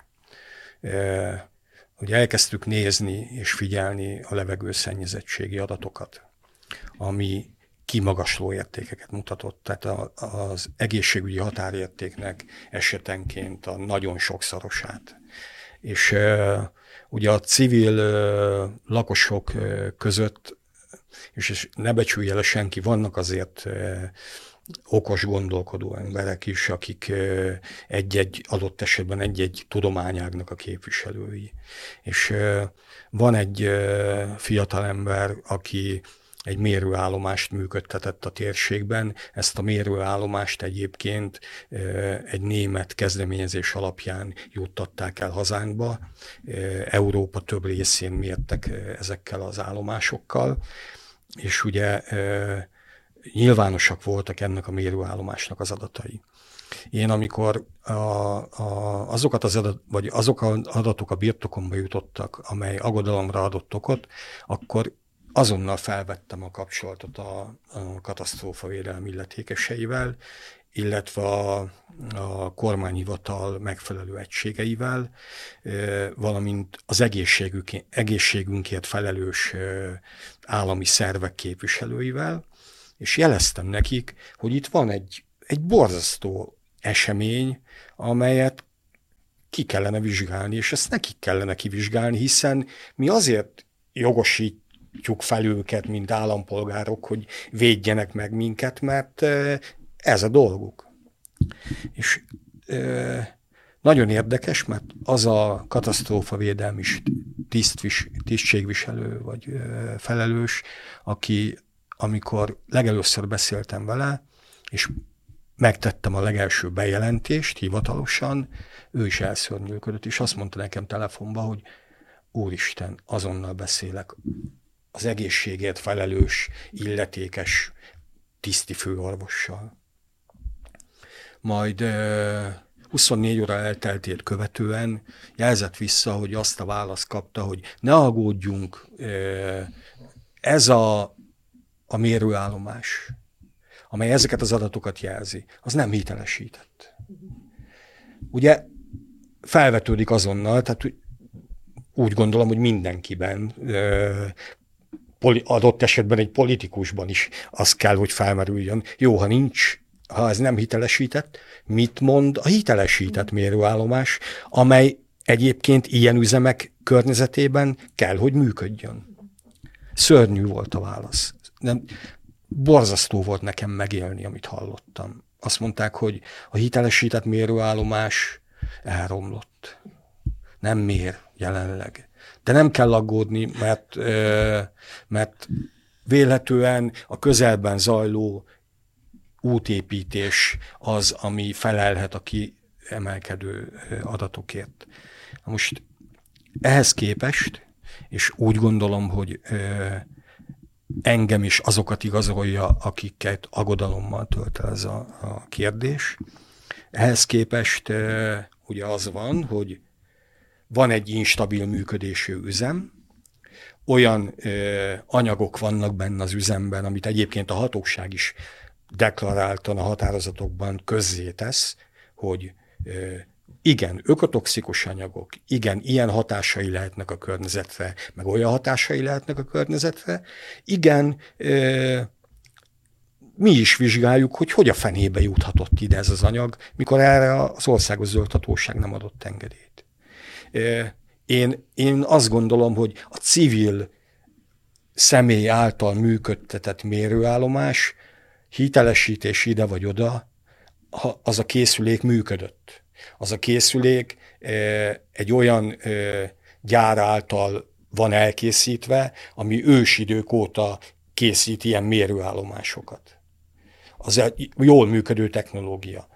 Speaker 4: E, ugye elkezdtük nézni és figyelni a levegőszennyezettségi adatokat, ami kimagasló értékeket mutatott. Tehát a, az egészségügyi határértéknek esetenként a nagyon sokszorosát. És uh, ugye a civil uh, lakosok uh, között, és, és ne becsülje le senki, vannak azért uh, okos, gondolkodó emberek is, akik uh, egy-egy adott esetben egy-egy tudományágnak a képviselői. És uh, van egy uh, fiatalember, aki egy mérőállomást működtetett a térségben. Ezt a mérőállomást egyébként egy német kezdeményezés alapján juttatták el hazánkba. Európa több részén mértek ezekkel az állomásokkal, és ugye nyilvánosak voltak ennek a mérőállomásnak az adatai. Én amikor a, a, azokat az adat, vagy azok az adatok a birtokomba jutottak, amely aggodalomra adott okot, akkor azonnal felvettem a kapcsolatot a, a katasztrófavédelem illetékeseivel, illetve a, a kormányhivatal megfelelő egységeivel, valamint az egészségünkért felelős állami szervek képviselőivel, és jeleztem nekik, hogy itt van egy, egy borzasztó esemény, amelyet ki kellene vizsgálni, és ezt nekik kellene kivizsgálni, hiszen mi azért jogosít fel őket, mint állampolgárok, hogy védjenek meg minket, mert ez a dolguk. És e, nagyon érdekes, mert az a katasztrófavédelmi tisztvis, tisztségviselő vagy e, felelős, aki amikor legelőször beszéltem vele, és megtettem a legelső bejelentést hivatalosan, ő is elszörnyűködött, és azt mondta nekem telefonba, hogy úristen, azonnal beszélek az egészségért felelős, illetékes tiszti főorvossal. Majd uh, huszonnégy óra elteltét követően jelzett vissza, hogy azt a választ kapta, hogy ne aggódjunk, uh, ez a, a mérőállomás, amely ezeket az adatokat jelzi, az nem hitelesített. Ugye felvetődik azonnal, tehát úgy gondolom, hogy mindenkiben, uh, adott esetben egy politikusban is az kell, hogy felmerüljön. Jó, ha nincs, ha ez nem hitelesített, mit mond a hitelesített mérőállomás, amely egyébként ilyen üzemek környezetében kell, hogy működjön. Szörnyű volt a válasz. Nem, borzasztó volt nekem megélni, amit hallottam. Azt mondták, hogy a hitelesített mérőállomás elromlott. Nem mér jelenleg. De nem kell aggódni, mert, mert vélhetően a közelben zajló útépítés az, ami felelhet a kiemelkedő adatokért. Most ehhez képest, és úgy gondolom, hogy engem is azokat igazolja, akiket aggodalommal tölt el ez a, a kérdés. Ehhez képest ugye az van, hogy van egy instabil működésű üzem, olyan ö, anyagok vannak benne az üzemben, amit egyébként a hatóság is deklaráltan a határozatokban közzétesz, hogy ö, igen, ökotoxikus anyagok, igen, ilyen hatásai lehetnek a környezetre, meg olyan hatásai lehetnek a környezetre, igen, ö, mi is vizsgáljuk, hogy hogy a fenébe juthatott ide ez az anyag, mikor erre az országos zöld hatóság nem adott engedélyt. Én, én azt gondolom, hogy a civil személy által működtetett mérőállomás, hitelesítés ide vagy oda, az a készülék működött. Az a készülék egy olyan gyár által van elkészítve, ami ősidők óta készít ilyen mérőállomásokat. Az egy jól működő technológia.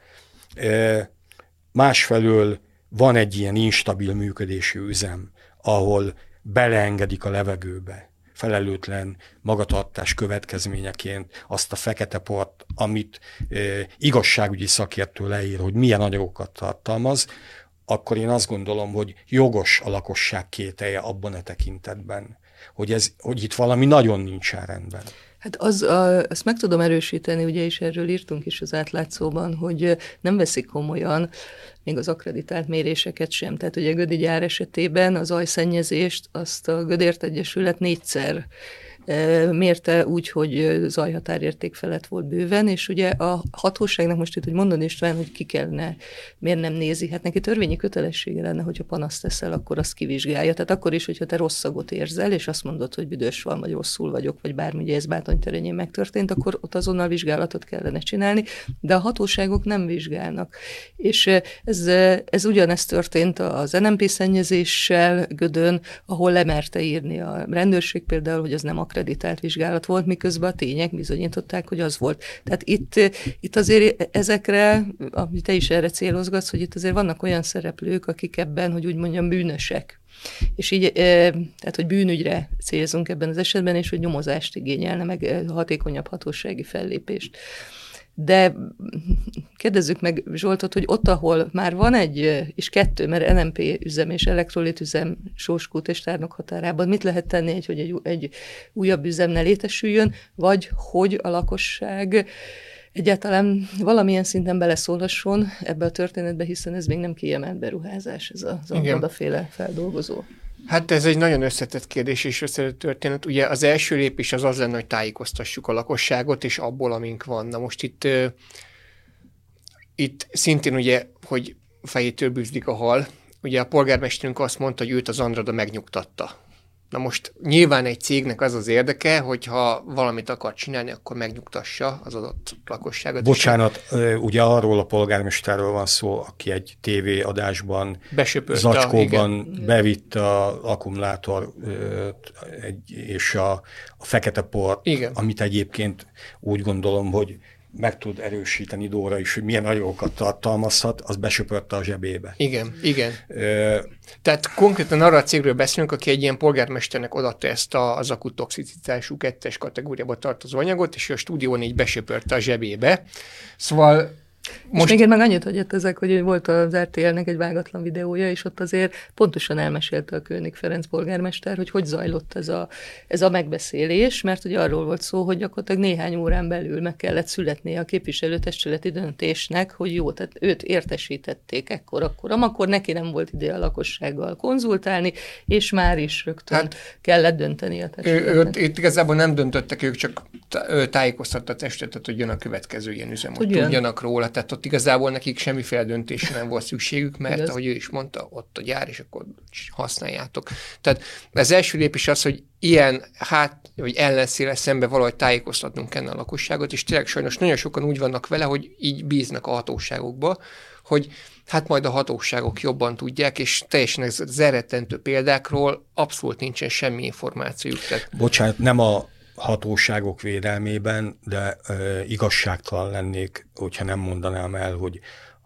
Speaker 4: Másfelől van egy ilyen instabil működésű üzem, ahol beleengedik a levegőbe felelőtlen magatartás következményeként azt a fekete port, amit e, igazságügyi szakértő leír, hogy milyen anyagokat tartalmaz, akkor én azt gondolom, hogy jogos a lakosság kételje abban a tekintetben, hogy, ez, hogy itt valami nagyon nincsen rendben.
Speaker 1: Hát az, a, azt meg tudom erősíteni, ugye is erről írtunk is az átlátszóban, hogy nem veszik komolyan még az akkreditált méréseket sem. Tehát ugye a Gödi gyár esetében az zajszennyezést azt a Gödért Egyesület négyszer mérte úgy, hogy zajhatárérték felett volt bőven, és ugye a hatóságnak most itt, hogy mondani István, hogy ki kellene, miért nem nézi, hát neki törvényi kötelessége lenne, hogyha panaszt teszel, akkor azt kivizsgálja. Tehát akkor is, hogyha te rossz szagot érzel, és azt mondod, hogy büdös van, vagy rosszul vagyok, vagy bármi, ugye ez Bátonyterenyén megtörtént, akkor ott azonnal vizsgálatot kellene csinálni, de a hatóságok nem vizsgálnak. És ez, ez ugyanezt történt az en em pé szennyezéssel Gödön, ahol lemerte írni a rendőrség például, hogy az nem akkreditált vizsgálat volt, miközben a tények bizonyították, hogy az volt. Tehát itt, itt azért ezekre, amit te is erre célozgatsz, hogy itt azért vannak olyan szereplők, akik ebben, hogy úgy mondjam, bűnösek. És így, tehát, hogy bűnügyre célzunk ebben az esetben, és hogy nyomozást igényelne, meg hatékonyabb hatósági fellépést. De kérdezzük meg Zsoltot, hogy ott, ahol már van egy, és kettő, mert en em pé üzem és elektrolit üzem Sóskút és Tárnok határában, mit lehet tenni, egy, hogy egy, egy újabb üzem ne létesüljön, vagy hogy a lakosság egyáltalán valamilyen szinten beleszólhasson ebbe a történetbe, hiszen ez még nem kiemelt beruházás, ez az odaféle feldolgozó.
Speaker 3: Hát ez egy nagyon összetett kérdés és összetett történet. Ugye az első lépés az az lenne, hogy tájékoztassuk a lakosságot, és abból, amink van. Na most itt, uh, itt szintén ugye, hogy fejétől bűzlik a hal, ugye a polgármesterünk azt mondta, hogy őt az Andrada megnyugtatta. Na most nyilván egy cégnek az az érdeke, hogyha valamit akar csinálni, akkor megnyugtassa az adott lakosságot.
Speaker 4: Bocsánat, ugye arról a polgármesterről van szó, aki egy tévéadásban, zacskóban bevitte az akkumulátor és a, a fekete port, igen, amit egyébként úgy gondolom, hogy meg tud erősíteni Dóra is, hogy milyen anyagokat tartalmazhat, az besöpörte a zsebébe.
Speaker 3: Igen, igen. Ö... Tehát konkrétan arra a cégről beszélünk, aki egy ilyen polgármesternek odaadta ezt a, az akut toxicitású kettes kategóriába tartozó anyagot, és a stúdión így besöpörte a zsebébe. Szóval
Speaker 1: most... És még én meg annyit hagyott ezek, hogy volt az er té el-nek egy vágatlan videója, és ott azért pontosan elmesélte a Kőnig Ferenc polgármester, hogy hogy zajlott ez a, ez a megbeszélés, mert ugye arról volt szó, hogy gyakorlatilag néhány órán belül meg kellett születnie a képviselőtestületi döntésnek, hogy jó, tehát őt értesítették ekkor, akkor, akkor neki nem volt ide a lakossággal konzultálni, és már is rögtön hát, kellett dönteni a testületet.
Speaker 3: Itt igazából nem döntöttek, ők csak tájékoztatta a testületet, hogy jön a következő ilyen üzem, hogy tudjanak róla. Tehát ott igazából nekik semmiféle döntésre nem volt szükségük, mert igaz, ahogy ő is mondta, ott a gyár, és akkor használjátok. Tehát az első lépés az, hogy ilyen hát, vagy ellenszéle szembe valahogy tájékoztatnunk kellene a lakosságot, és tényleg sajnos nagyon sokan úgy vannak vele, hogy így bíznak a hatóságokba, hogy hát majd a hatóságok jobban tudják, és teljesen az elrettentő példákról abszolút nincsen semmi információjuk. Tehát...
Speaker 4: Bocsánat, nem a hatóságok védelmében, de e, igazságtalan lennék, hogyha nem mondanám el, hogy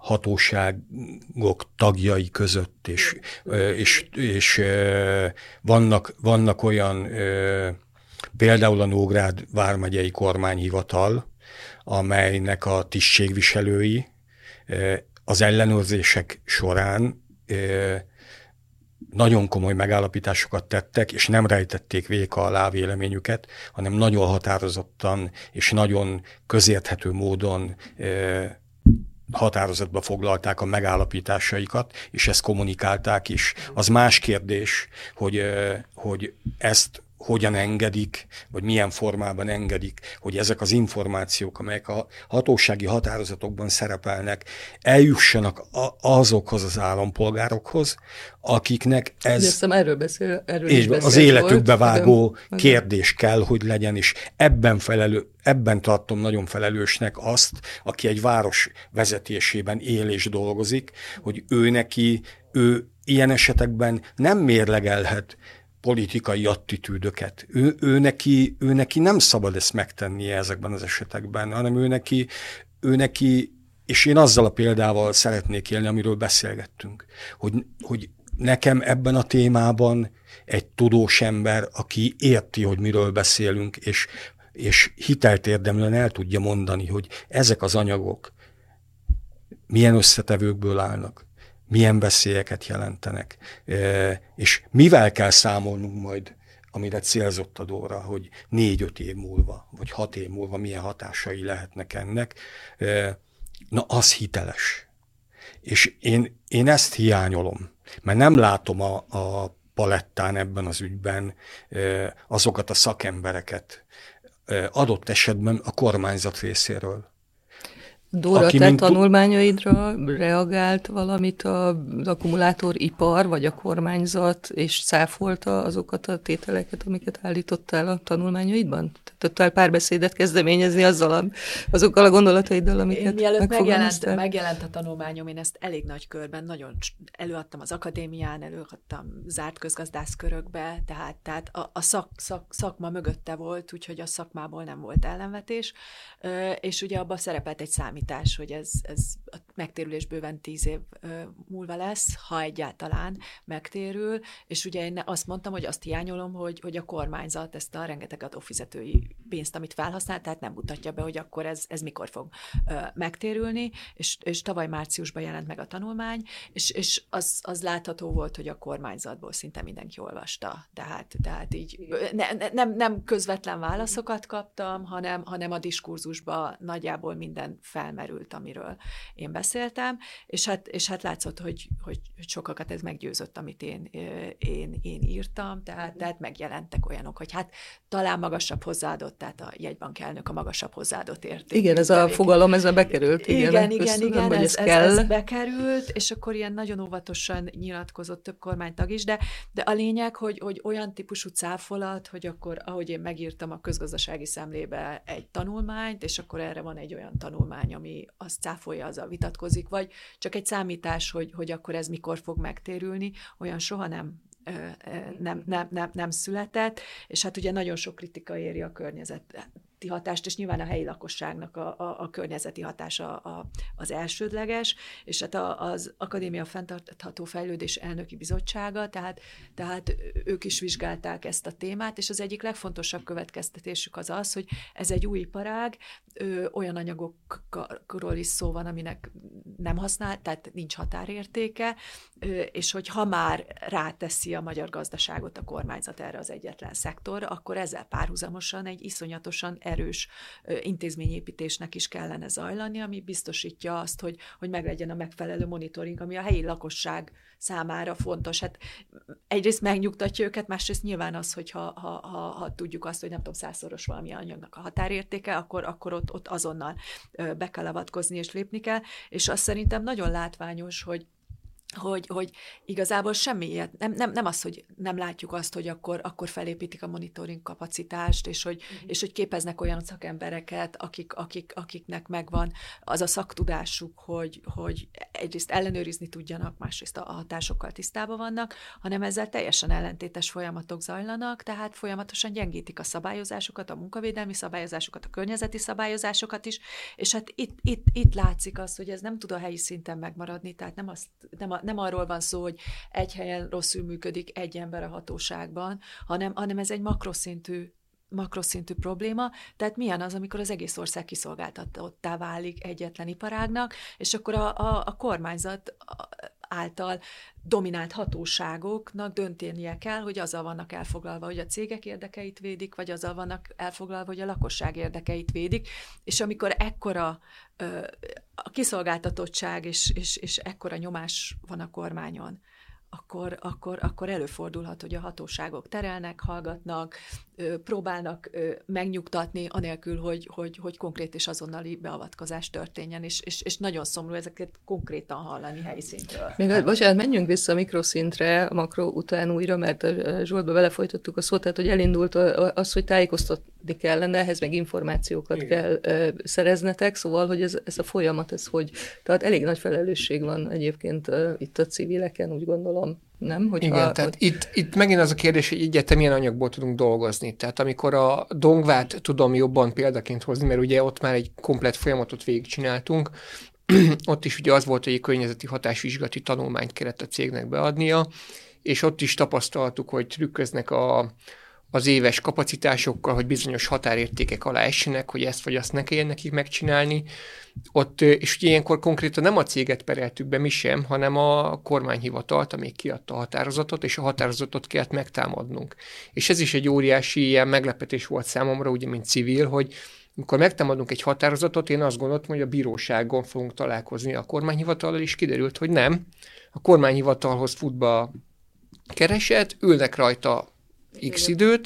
Speaker 4: hatóságok tagjai között, és, e, és, és e, vannak, vannak olyan, e, például a Nógrád vármegyei kormányhivatal, amelynek a tisztségviselői e, az ellenőrzések során e, nagyon komoly megállapításokat tettek, és nem rejtették véka alá véleményüket, hanem nagyon határozottan és nagyon közérthető módon e, határozatba foglalták a megállapításaikat, és ezt kommunikálták is. Az más kérdés, hogy, e, hogy ezt hogyan engedik, vagy milyen formában engedik, hogy ezek az információk, amelyek a hatósági határozatokban szerepelnek, eljussanak azokhoz az állampolgárokhoz, akiknek ez...
Speaker 1: Hiszem, erről beszél, erről
Speaker 4: és az életükbe vágó kérdés kell, hogy legyen, és ebben, felelő, ebben tartom nagyon felelősnek azt, aki egy város vezetésében él és dolgozik, hogy ő neki, ő ilyen esetekben nem mérlegelhet politikai attitűdöket. Ő, ő, neki, ő neki nem szabad ezt megtennie ezekben az esetekben, hanem ő neki, ő neki, és én azzal a példával szeretnék élni, amiről beszélgettünk, hogy, hogy nekem ebben a témában egy tudós ember, aki érti, hogy miről beszélünk, és, és hitelt érdemlően el tudja mondani, hogy ezek az anyagok milyen összetevőkből állnak, milyen veszélyeket jelentenek, és mivel kell számolnunk majd, amire célzott a Dóra, hogy négy-öt év múlva, vagy hat év múlva milyen hatásai lehetnek ennek, na az hiteles. És én, én ezt hiányolom, mert nem látom a, a palettán ebben az ügyben azokat a szakembereket adott esetben a kormányzat részéről.
Speaker 1: Dóra, te mint... tanulmányaidra reagált valamit az akkumulátoripar, vagy a kormányzat, és cáfolta azokat a tételeket, amiket állítottál a tanulmányaidban? Tehát tudtál párbeszédet kezdeményezni azzal a, azokkal a gondolataiddal, amiket én, mielőtt
Speaker 2: megjelent, megjelent a tanulmányom, én ezt elég nagy körben, nagyon előadtam az akadémián, előadtam zárt közgazdászkörökbe, tehát, tehát a, a szak, szak, szakma mögötte volt, úgyhogy a szakmából nem volt ellenvetés, és ugye abban szerepelt egy számít, hogy ez, ez a megtérülés bőven tíz év múlva lesz, ha egyáltalán megtérül, és ugye én azt mondtam, hogy azt hiányolom, hogy, hogy a kormányzat ezt a rengeteg adófizetői pénzt, amit felhasznál, tehát nem mutatja be, hogy akkor ez, ez mikor fog megtérülni, és, és tavaly márciusban jelent meg a tanulmány, és, és az, az látható volt, hogy a kormányzatból szinte mindenki olvasta, tehát, tehát így ne, ne, nem, nem közvetlen válaszokat kaptam, hanem, hanem a diskurzusban nagyjából minden fel merült, amiről én beszéltem, és hát, és hát látszott, hogy, hogy sokakat ez meggyőzött, amit én, én, én írtam, tehát, tehát megjelentek olyanok, hogy hát talán magasabb hozzáadott, tehát a jegybank elnök a magasabb hozzáadott érték.
Speaker 1: Igen, ez a fogalom, ez a bekerült.
Speaker 2: Igen, igen, igen, igen ez, ez, ez, ez bekerült, és akkor ilyen nagyon óvatosan nyilatkozott több kormánytag is, de, de a lényeg, hogy, hogy olyan típusú cáfolat, hogy akkor, ahogy én megírtam a közgazdasági szemlébe egy tanulmányt, és akkor erre van egy olyan tanulmány, ami azt cáfolja, azzal vitatkozik, vagy csak egy számítás, hogy, hogy akkor ez mikor fog megtérülni, olyan soha nem, nem, nem, nem, nem született, és hát ugye nagyon sok kritika éri a környezet hatást, és nyilván a helyi lakosságnak a, a, a környezeti hatása a, az elsődleges, és hát a, az Akadémia Fenntartható Fejlődés Elnöki Bizottsága, tehát, tehát ők is vizsgálták ezt a témát, és az egyik legfontosabb következtetésük az az, hogy ez egy új iparág, ö, olyan anyagokról is szó van, aminek nem használ, tehát nincs határértéke, ö, és hogy ha már ráteszi a magyar gazdaságot a kormányzat erre az egyetlen szektorra, akkor ezzel párhuzamosan egy iszonyatosan erős intézményépítésnek is kellene zajlani, ami biztosítja azt, hogy, hogy meglegyen a megfelelő monitoring, ami a helyi lakosság számára fontos. Hát egyrészt megnyugtatja őket, másrészt nyilván az, hogy ha, ha, ha, ha tudjuk azt, hogy nem tudom, százszoros valami anyagnak a határértéke, akkor, akkor ott, ott azonnal be kell avatkozni és lépni kell, és azt szerintem nagyon látványos, hogy Hogy, hogy igazából semmi ilyet, nem, nem, nem az, hogy nem látjuk azt, hogy akkor, akkor felépítik a monitoring kapacitást, és hogy, uh-huh. és hogy képeznek olyan szakembereket, akik, akik, akiknek megvan az a szaktudásuk, hogy, hogy egyrészt ellenőrizni tudjanak, másrészt a hatásokkal tisztában vannak, hanem ezzel teljesen ellentétes folyamatok zajlanak, tehát folyamatosan gyengítik a szabályozásokat, a munkavédelmi szabályozásokat, a környezeti szabályozásokat is, és hát itt, itt, itt látszik az, hogy ez nem tud a helyi szinten megmaradni, tehát nem azt, nem a Nem arról van szó, hogy egy helyen rosszul működik egy ember a hatóságban, hanem, hanem ez egy makroszintű, makroszintű probléma. Tehát milyen az, amikor az egész ország kiszolgáltatottá válik egyetlen iparágnak, és akkor a, a, a kormányzat által dominált hatóságoknak döntenie kell, hogy azzal vannak elfoglalva, hogy a cégek érdekeit védik, vagy azzal vannak elfoglalva, hogy a lakosság érdekeit védik, és amikor ekkora ö, a kiszolgáltatottság és, és, és ekkora nyomás van a kormányon, akkor, akkor, akkor előfordulhat, hogy a hatóságok terelnek, hallgatnak, ö, próbálnak ö, megnyugtatni, anélkül, hogy, hogy, hogy konkrét és azonnali beavatkozás történjen, és, és, és nagyon szomorú ezeket konkrétan hallani helyszíntről.
Speaker 1: Még, bocsánat, menjünk vissza a mikroszintre, a makro után újra, mert Zsoltba belefolytottuk a szót, tehát hogy elindult az, hogy tájékoztatni kellene, ehhez meg információkat Igen. kell ö, szereznetek, szóval, hogy ez, ez a folyamat, ez hogy, tehát elég nagy felelősség van egyébként ö, itt a civileken, úgy gondolom. Nem? Hogyha,
Speaker 3: Igen, tehát hogy... itt, itt megint az a kérdés, hogy egyáltalán milyen anyagból tudunk dolgozni. Tehát amikor a Dongvát tudom jobban példaként hozni, mert ugye ott már egy komplett folyamatot végigcsináltunk, ott is ugye az volt, hogy egy környezeti hatásvizsgálati tanulmányt kellett a cégnek beadnia, és ott is tapasztaltuk, hogy trükköznek a, az éves kapacitásokkal, hogy bizonyos határértékek alá essenek, hogy ezt vagy azt ne kelljen nekik megcsinálni. Ott, és ugye ilyenkor konkrétan nem a céget pereltük be mi sem, hanem a kormányhivatalt, amelyik kiadta a határozatot, és a határozatot kellett megtámadnunk. És ez is egy óriási ilyen meglepetés volt számomra, ugye, mint civil, hogy amikor megtámadunk egy határozatot, én azt gondoltam, hogy a bíróságon fogunk találkozni a kormányhivatallal, és kiderült, hogy nem. A kormányhivatalhoz fut be a kereset, ülnek rajta x időt,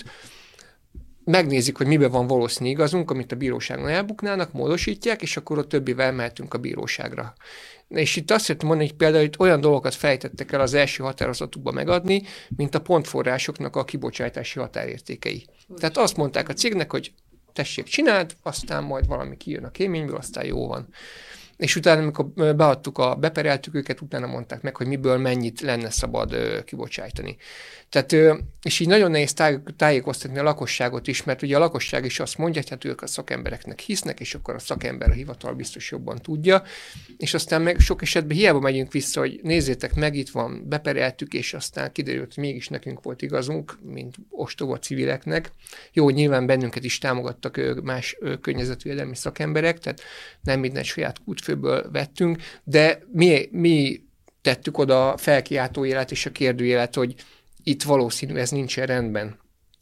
Speaker 3: megnézik, hogy miben van valószínű igazunk, amit a bíróságon elbuknának, módosítják, és akkor a többivel mehetünk a bíróságra. És itt azt szeretném mondani, hogy például itt olyan dolgokat fejtettek el az első határozatukba megadni, mint a pontforrásoknak a kibocsátási határértékei. Tehát azt mondták a cégnek, hogy tessék, csináld, aztán majd valami kijön a kéményből, aztán jó van. És utána, amikor beadtuk, a, bepereltük őket, utána mondták meg, hogy miből mennyit lenne szabad ö, kibocsájtani. Tehát, ö, és így nagyon nehéz táj, tájékoztatni a lakosságot is, mert ugye a lakosság is azt mondja, hogy hát ők a szakembereknek hisznek, és akkor a szakember, a hivatal biztos jobban tudja, és aztán meg sok esetben hiába megyünk vissza, hogy nézzétek meg, itt van, bepereltük, és aztán kiderült, hogy mégis nekünk volt igazunk, mint ostoba civileknek. Jó, nyilván bennünket is támogattak más környezetvédelmi szakemberek, tehát nem minden saját kútfőből vettünk, de mi, mi tettük oda a felkiáltójelet és a kérdőjelet, hogy itt valószínű ez nincsen rendben.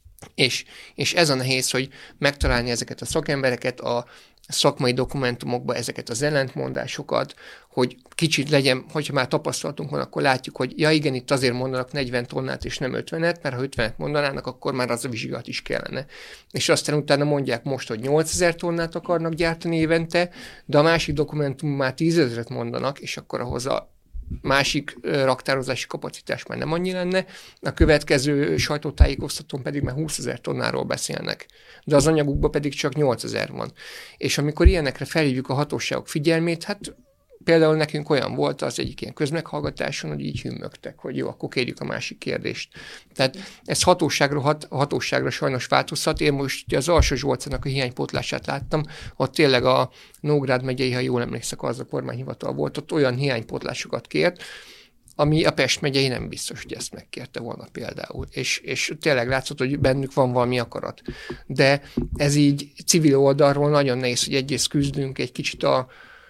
Speaker 3: És, és ez a nehéz, hogy megtalálni ezeket a szakembereket, a szakmai dokumentumokba ezeket az ellentmondásokat, hogy kicsit legyen, hogyha már tapasztalatunk van, akkor látjuk, hogy ja igen, itt azért mondanak negyven tonnát és nem ötvenet, mert ha ötvenet mondanának, akkor már az a vizsgálat is kellene. És aztán utána mondják most, hogy nyolcezer tonnát akarnak gyártani évente, de a másik dokumentum már tízezret mondanak, és akkor ahhoz a másik raktározási kapacitás már nem annyi lenne, a következő sajtótájékoztatón pedig már húszezer tonnáról beszélnek, de az anyagukban pedig csak nyolcezer van. És amikor ilyenekre felhívjuk a hatóságok figyelmét, hát például nekünk olyan volt az egyik ilyen közmeghallgatáson, hogy így hümmögtek, hogy jó, akkor kérjük a másik kérdést. Tehát ez hatóságra, hat, hatóságra sajnos változhat. Én most az Alsó Zsolcának a hiánypótlását láttam, ott tényleg a Nógrád megyei, ha jól emlékszek, az a kormányhivatal volt, ott olyan hiánypótlásokat kért, ami a Pest megyei nem biztos, hogy ezt megkérte volna például. És, és tényleg látszott, hogy bennük van valami akarat. De ez így civil oldalról nagyon nehéz, hogy egyrészt küzdünk egy kicsit a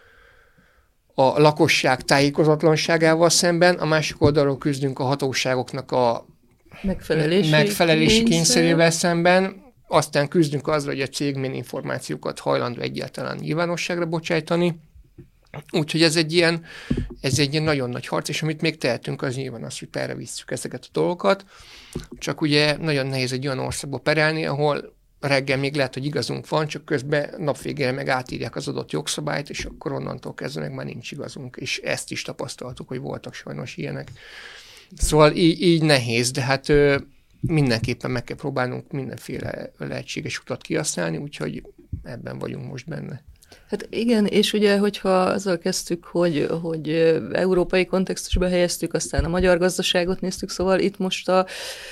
Speaker 3: a lakosság tájékozatlanságával szemben, a másik oldalról küzdünk a hatóságoknak a
Speaker 1: megfelelési,
Speaker 3: megfelelési kényszerével szemben, aztán küzdünk azzal, hogy a cég milyen információkat hajlandó egyáltalán nyilvánosságra bocsájtani. Úgyhogy ez egy ilyen, ez egy ilyen nagyon nagy harc, és amit még tehetünk, az nyilván az, hogy perre visszük ezeket a dolgokat. Csak ugye nagyon nehéz egy olyan országba perelni, ahol reggel még lehet, hogy igazunk van, csak közben napvégére meg átírják az adott jogszabályt, és akkor onnantól kezdve meg már nincs igazunk. És ezt is tapasztaltuk, hogy voltak sajnos ilyenek. Szóval így, így nehéz, de hát ö, mindenképpen meg kell próbálnunk mindenféle lehetséges utat kihasználni, úgyhogy ebben vagyunk most benne.
Speaker 1: Hát igen, és ugye, hogyha azzal kezdtük, hogy, hogy európai kontextusba helyeztük, aztán a magyar gazdaságot néztük, szóval itt most a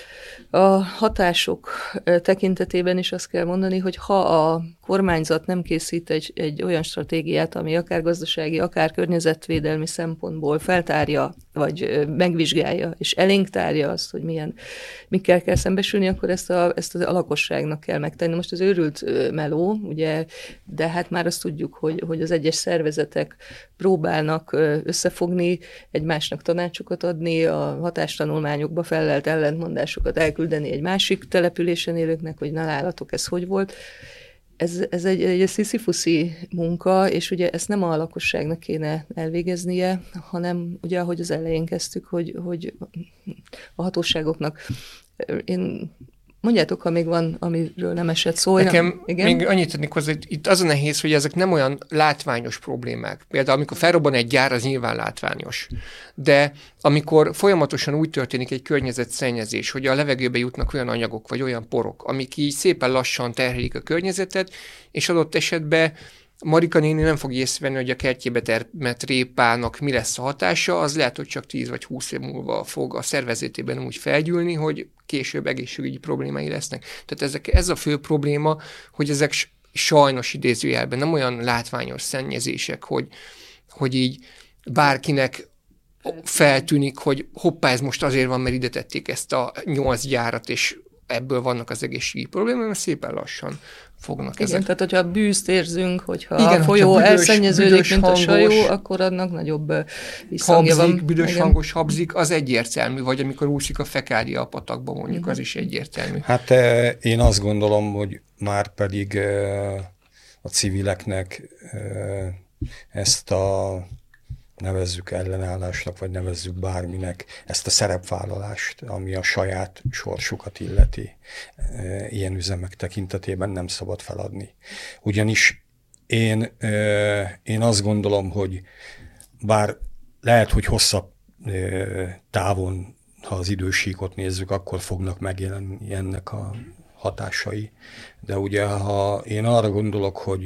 Speaker 1: A hatások tekintetében is azt kell mondani, hogy ha a kormányzat nem készít egy, egy olyan stratégiát, ami akár gazdasági, akár környezetvédelmi szempontból feltárja, vagy megvizsgálja, és elénk tárja azt, hogy milyen, mikkel kell szembesülni, akkor ezt a, ezt a lakosságnak kell megtenni. Most az őrült meló, ugye, de hát már azt tudjuk, hogy, hogy az egyes szervezetek próbálnak összefogni, egymásnak tanácsokat adni, a hatástanulmányokba fellelt ellentmondásokat elküldeni egy másik településen élőknek, hogy na lállatok, ez hogy volt. Ez, ez egy, egy sziszifuszi munka, és ugye ezt nem a lakosságnak kéne elvégeznie, hanem ugye, ahogy az elején kezdtük, hogy, hogy a hatóságoknak. Én mondjátok, ha még van, amiről nem esett szó.
Speaker 3: Nekem igen? még annyit tennék hozzá, hogy itt az a nehéz, hogy ezek nem olyan látványos problémák. Például amikor felrobban egy gyár, az nyilván látványos. De amikor folyamatosan úgy történik egy környezetszennyezés, hogy a levegőbe jutnak olyan anyagok, vagy olyan porok, amik így szépen lassan terhelik a környezetet, és adott esetben Marika néni nem fog észrevenni, hogy a kertjébe termett répának mi lesz a hatása, az lehet, hogy csak tíz vagy húsz év múlva fog a szervezetében úgy felgyűlni, hogy később egészségügyi problémái lesznek. Tehát ezek, ez a fő probléma, hogy ezek sajnos idézőjelben nem olyan látványos szennyezések, hogy, hogy így bárkinek feltűnik, hogy hoppá, ez most azért van, mert ide tették ezt a nyolc gyárat, és ebből vannak az egészségügyi problémák, mert szépen lassan fognak
Speaker 1: igen,
Speaker 3: ezek.
Speaker 1: tehát hogyha bűzt érzünk, hogyha
Speaker 3: igen,
Speaker 1: a folyó
Speaker 3: büdös,
Speaker 1: elszennyeződik,
Speaker 3: büdös,
Speaker 1: mint
Speaker 3: hangos,
Speaker 1: a sajó, akkor annak nagyobb visszhangja van.
Speaker 3: Habzik, büdös
Speaker 1: igen.
Speaker 3: hangos habzik, az egyértelmű, vagy amikor úszik a fekália a patakba, mondjuk, igen. Az is egyértelmű.
Speaker 4: Hát én azt gondolom, hogy már pedig a civileknek ezt a nevezzük ellenállásnak, vagy nevezzük bárminek, ezt a szerepvállalást, ami a saját sorsukat illeti, ilyen üzemek tekintetében nem szabad feladni. Ugyanis én, én azt gondolom, hogy bár lehet, hogy hosszabb távon, ha az idősíkot nézzük, akkor fognak megjelenni ennek a hatásai. De ugye, ha én arra gondolok, hogy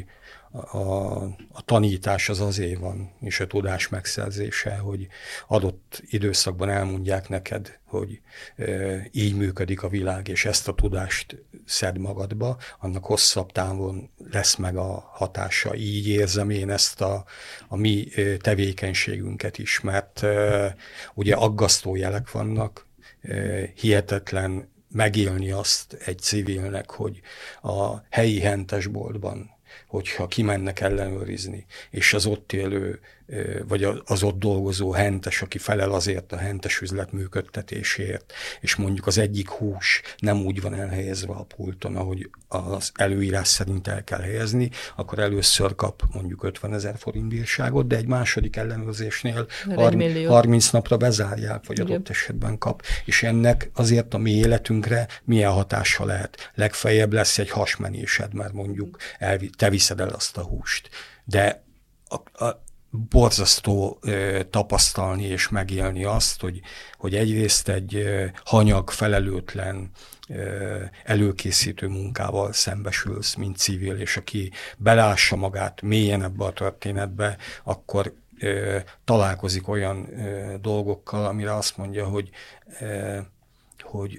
Speaker 4: a, a tanítás az azért van, és a tudás megszerzése, hogy adott időszakban elmondják neked, hogy e, így működik a világ, és ezt a tudást szed magadba, annak hosszabb távon lesz meg a hatása. Így érzem én ezt a, a mi tevékenységünket is, mert e, ugye aggasztó jelek vannak, e, hihetetlen megélni azt egy civilnek, hogy a helyi hentesboltban, hogyha kimennek ellenőrizni, és az ott élő, vagy az ott dolgozó hentes, aki felel azért a hentes üzlet működtetésért, és mondjuk az egyik hús nem úgy van elhelyezve a pulton, ahogy az előírás szerint el kell helyezni, akkor először kap mondjuk ötvenezer forint bírságot, de egy második ellenőrzésnél harminc napra bezárják, vagy adott esetben kap. És ennek azért a mi életünkre milyen hatása lehet? Legfeljebb lesz egy hasmenésed, mert mondjuk elvi, te viszed el azt a húst. De a, a borzasztó ö, tapasztalni és megélni azt, hogy, hogy egyrészt egy ö, hanyag, felelőtlen, ö, előkészítő munkával szembesülsz, mint civil, és aki belássa magát mélyen ebbe a történetbe, akkor ö, találkozik olyan ö, dolgokkal, amire azt mondja, hogy, ö, hogy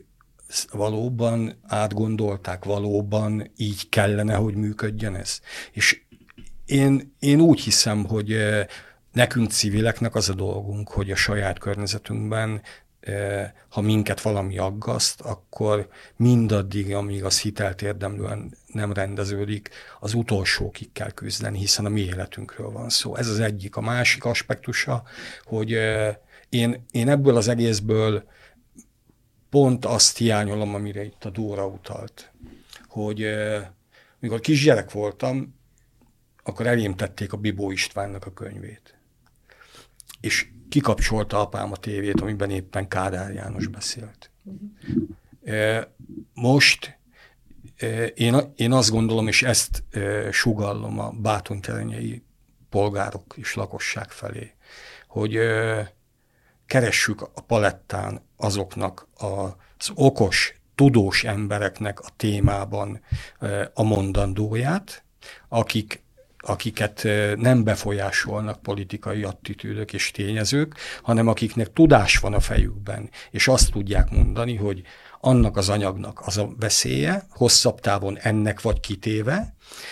Speaker 4: valóban átgondolták, valóban így kellene, hogy működjön ez. És Én, én úgy hiszem, hogy nekünk civileknek az a dolgunk, hogy a saját környezetünkben, ha minket valami aggaszt, akkor mindaddig, amíg az hitelt érdemlően nem rendeződik, az utolsókig kell küzdeni, hiszen a mi életünkről van szó. Ez az egyik. A másik aspektusa, hogy én, én ebből az egészből pont azt hiányolom, amire itt a Dóra utalt, hogy mikor kisgyerek voltam, akkor elém tették a Bibó Istvánnak a könyvét. És kikapcsolta apám a tévét, amiben éppen Kádár János beszélt. Most én, én azt gondolom, és ezt sugallom a bátonterenyei polgárok és lakosság felé, hogy keressük a palettán azoknak az okos, tudós embereknek a témában a mondandóját, akik akiket nem befolyásolnak politikai attitűdök és tényezők, hanem akiknek tudás van a fejükben, és azt tudják mondani, hogy annak az anyagnak az a veszélye, hosszabb távon ennek vagy kitéve,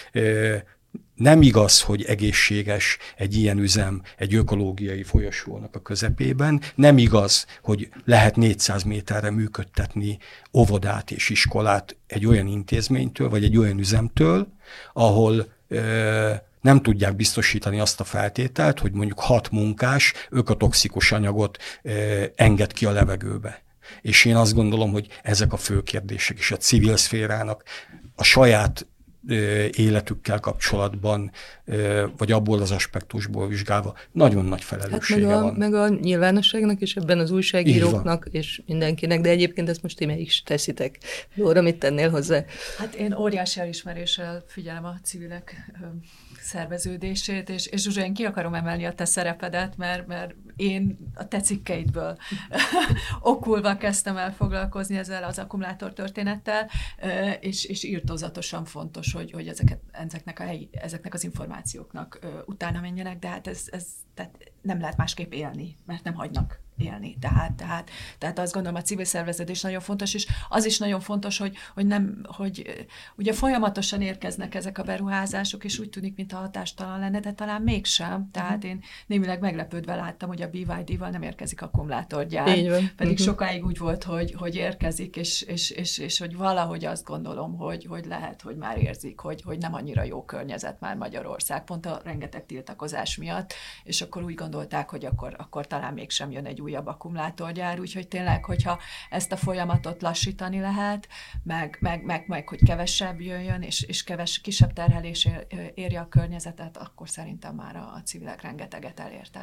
Speaker 4: nem igaz, hogy egészséges egy ilyen üzem egy ökológiai folyosónak a közepében, nem igaz, hogy lehet négyszáz méterre működtetni óvodát és iskolát egy olyan intézménytől, vagy egy olyan üzemtől, ahol nem tudják biztosítani azt a feltételt, hogy mondjuk hat munkás ökotoxikus anyagot enged ki a levegőbe. És én azt gondolom, hogy ezek a fő kérdések is a civil szférának a saját életükkel kapcsolatban, vagy abból az aspektusból vizsgálva nagyon nagy felelőssége
Speaker 1: hát meg a,
Speaker 4: van.
Speaker 1: Meg a nyilvánosságnak, és ebben az újságíróknak, és mindenkinek, de egyébként ezt most ti meg is teszitek. Dóra, mit tennél hozzá?
Speaker 2: Hát én óriási elismeréssel figyelem a civilek szerveződését, és, és Zsuzsa, én ki akarom emelni a te szerepedet, mert, mert én a te cikkeidből okulva kezdtem el foglalkozni ezzel az akkumulátor történettel, és, és írtózatosan fontos, hogy, hogy ezeket, ezeknek, a helyi, ezeknek az információknak utána menjenek, de hát ez, ez tehát nem lehet másképp élni, mert nem hagynak élni. Tehát, tehát, tehát azt gondolom, a civil szerveződés nagyon fontos, és az is nagyon fontos, hogy, hogy, nem, hogy ugye folyamatosan érkeznek ezek a beruházások, és úgy tűnik, mintha hatástalan lenne, de talán mégsem. Tehát én némileg meglepődve láttam, hogy a bé vé dé-val nem érkezik akkumulátorgyár. Pedig uh-huh. sokáig úgy volt, hogy, hogy érkezik, és, és, és, és hogy valahogy azt gondolom, hogy, hogy lehet, hogy már érzik, hogy, hogy nem annyira jó környezet már Magyarország, pont a rengeteg tiltakozás miatt, és akkor úgy gondolták, hogy akkor, akkor talán mégsem jön egy újabb akkumulátorgyár, úgyhogy tényleg, hogyha ezt a folyamatot lassítani lehet, meg, meg, meg, meg hogy kevesebb jöjjön, és, és keves, kisebb terhelés érje a környezetet, akkor szerintem már a, a civilek rengeteget elértek.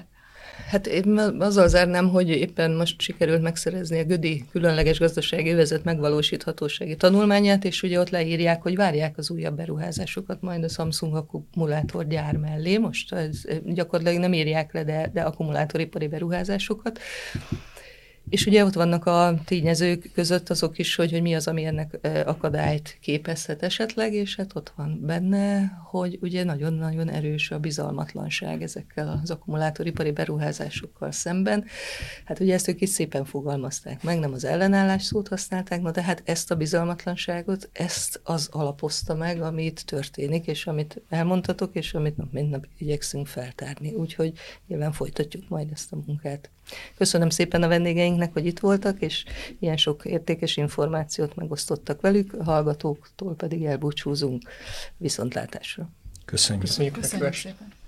Speaker 1: Hát én azzal zárnám, hogy éppen most sikerült megszerezni a Gödi különleges gazdasági övezet megvalósíthatósági tanulmányát, és ugye ott leírják, hogy várják az újabb beruházásokat majd a Samsung akkumulátorgyár mellé. Most ez gyakorlatilag nem írják le, de, de akkumulátoripari beruházásokat. És ugye ott vannak a tényezők között azok is, hogy, hogy mi az, ami ennek akadályt képezhet esetleg, és hát ott van benne, hogy ugye nagyon-nagyon erős a bizalmatlanság ezekkel az akkumulátoripari beruházásokkal szemben. Hát ugye ezt ők is szépen fogalmazták meg, nem az ellenállás szót használták, na de hát ezt a bizalmatlanságot, ezt az alapozta meg, amit történik, és amit elmondtatok, és amit nap mint nap igyekszünk feltárni. Úgyhogy nyilván folytatjuk majd ezt a munkát. Köszönöm szépen a vendégeinknek, hogy itt voltak, és ilyen sok értékes információt megosztottak velük, a hallgatóktól pedig elbúcsúzunk viszontlátásra.
Speaker 4: Köszönjük.
Speaker 3: Köszönjük,
Speaker 2: Köszönjük szépen.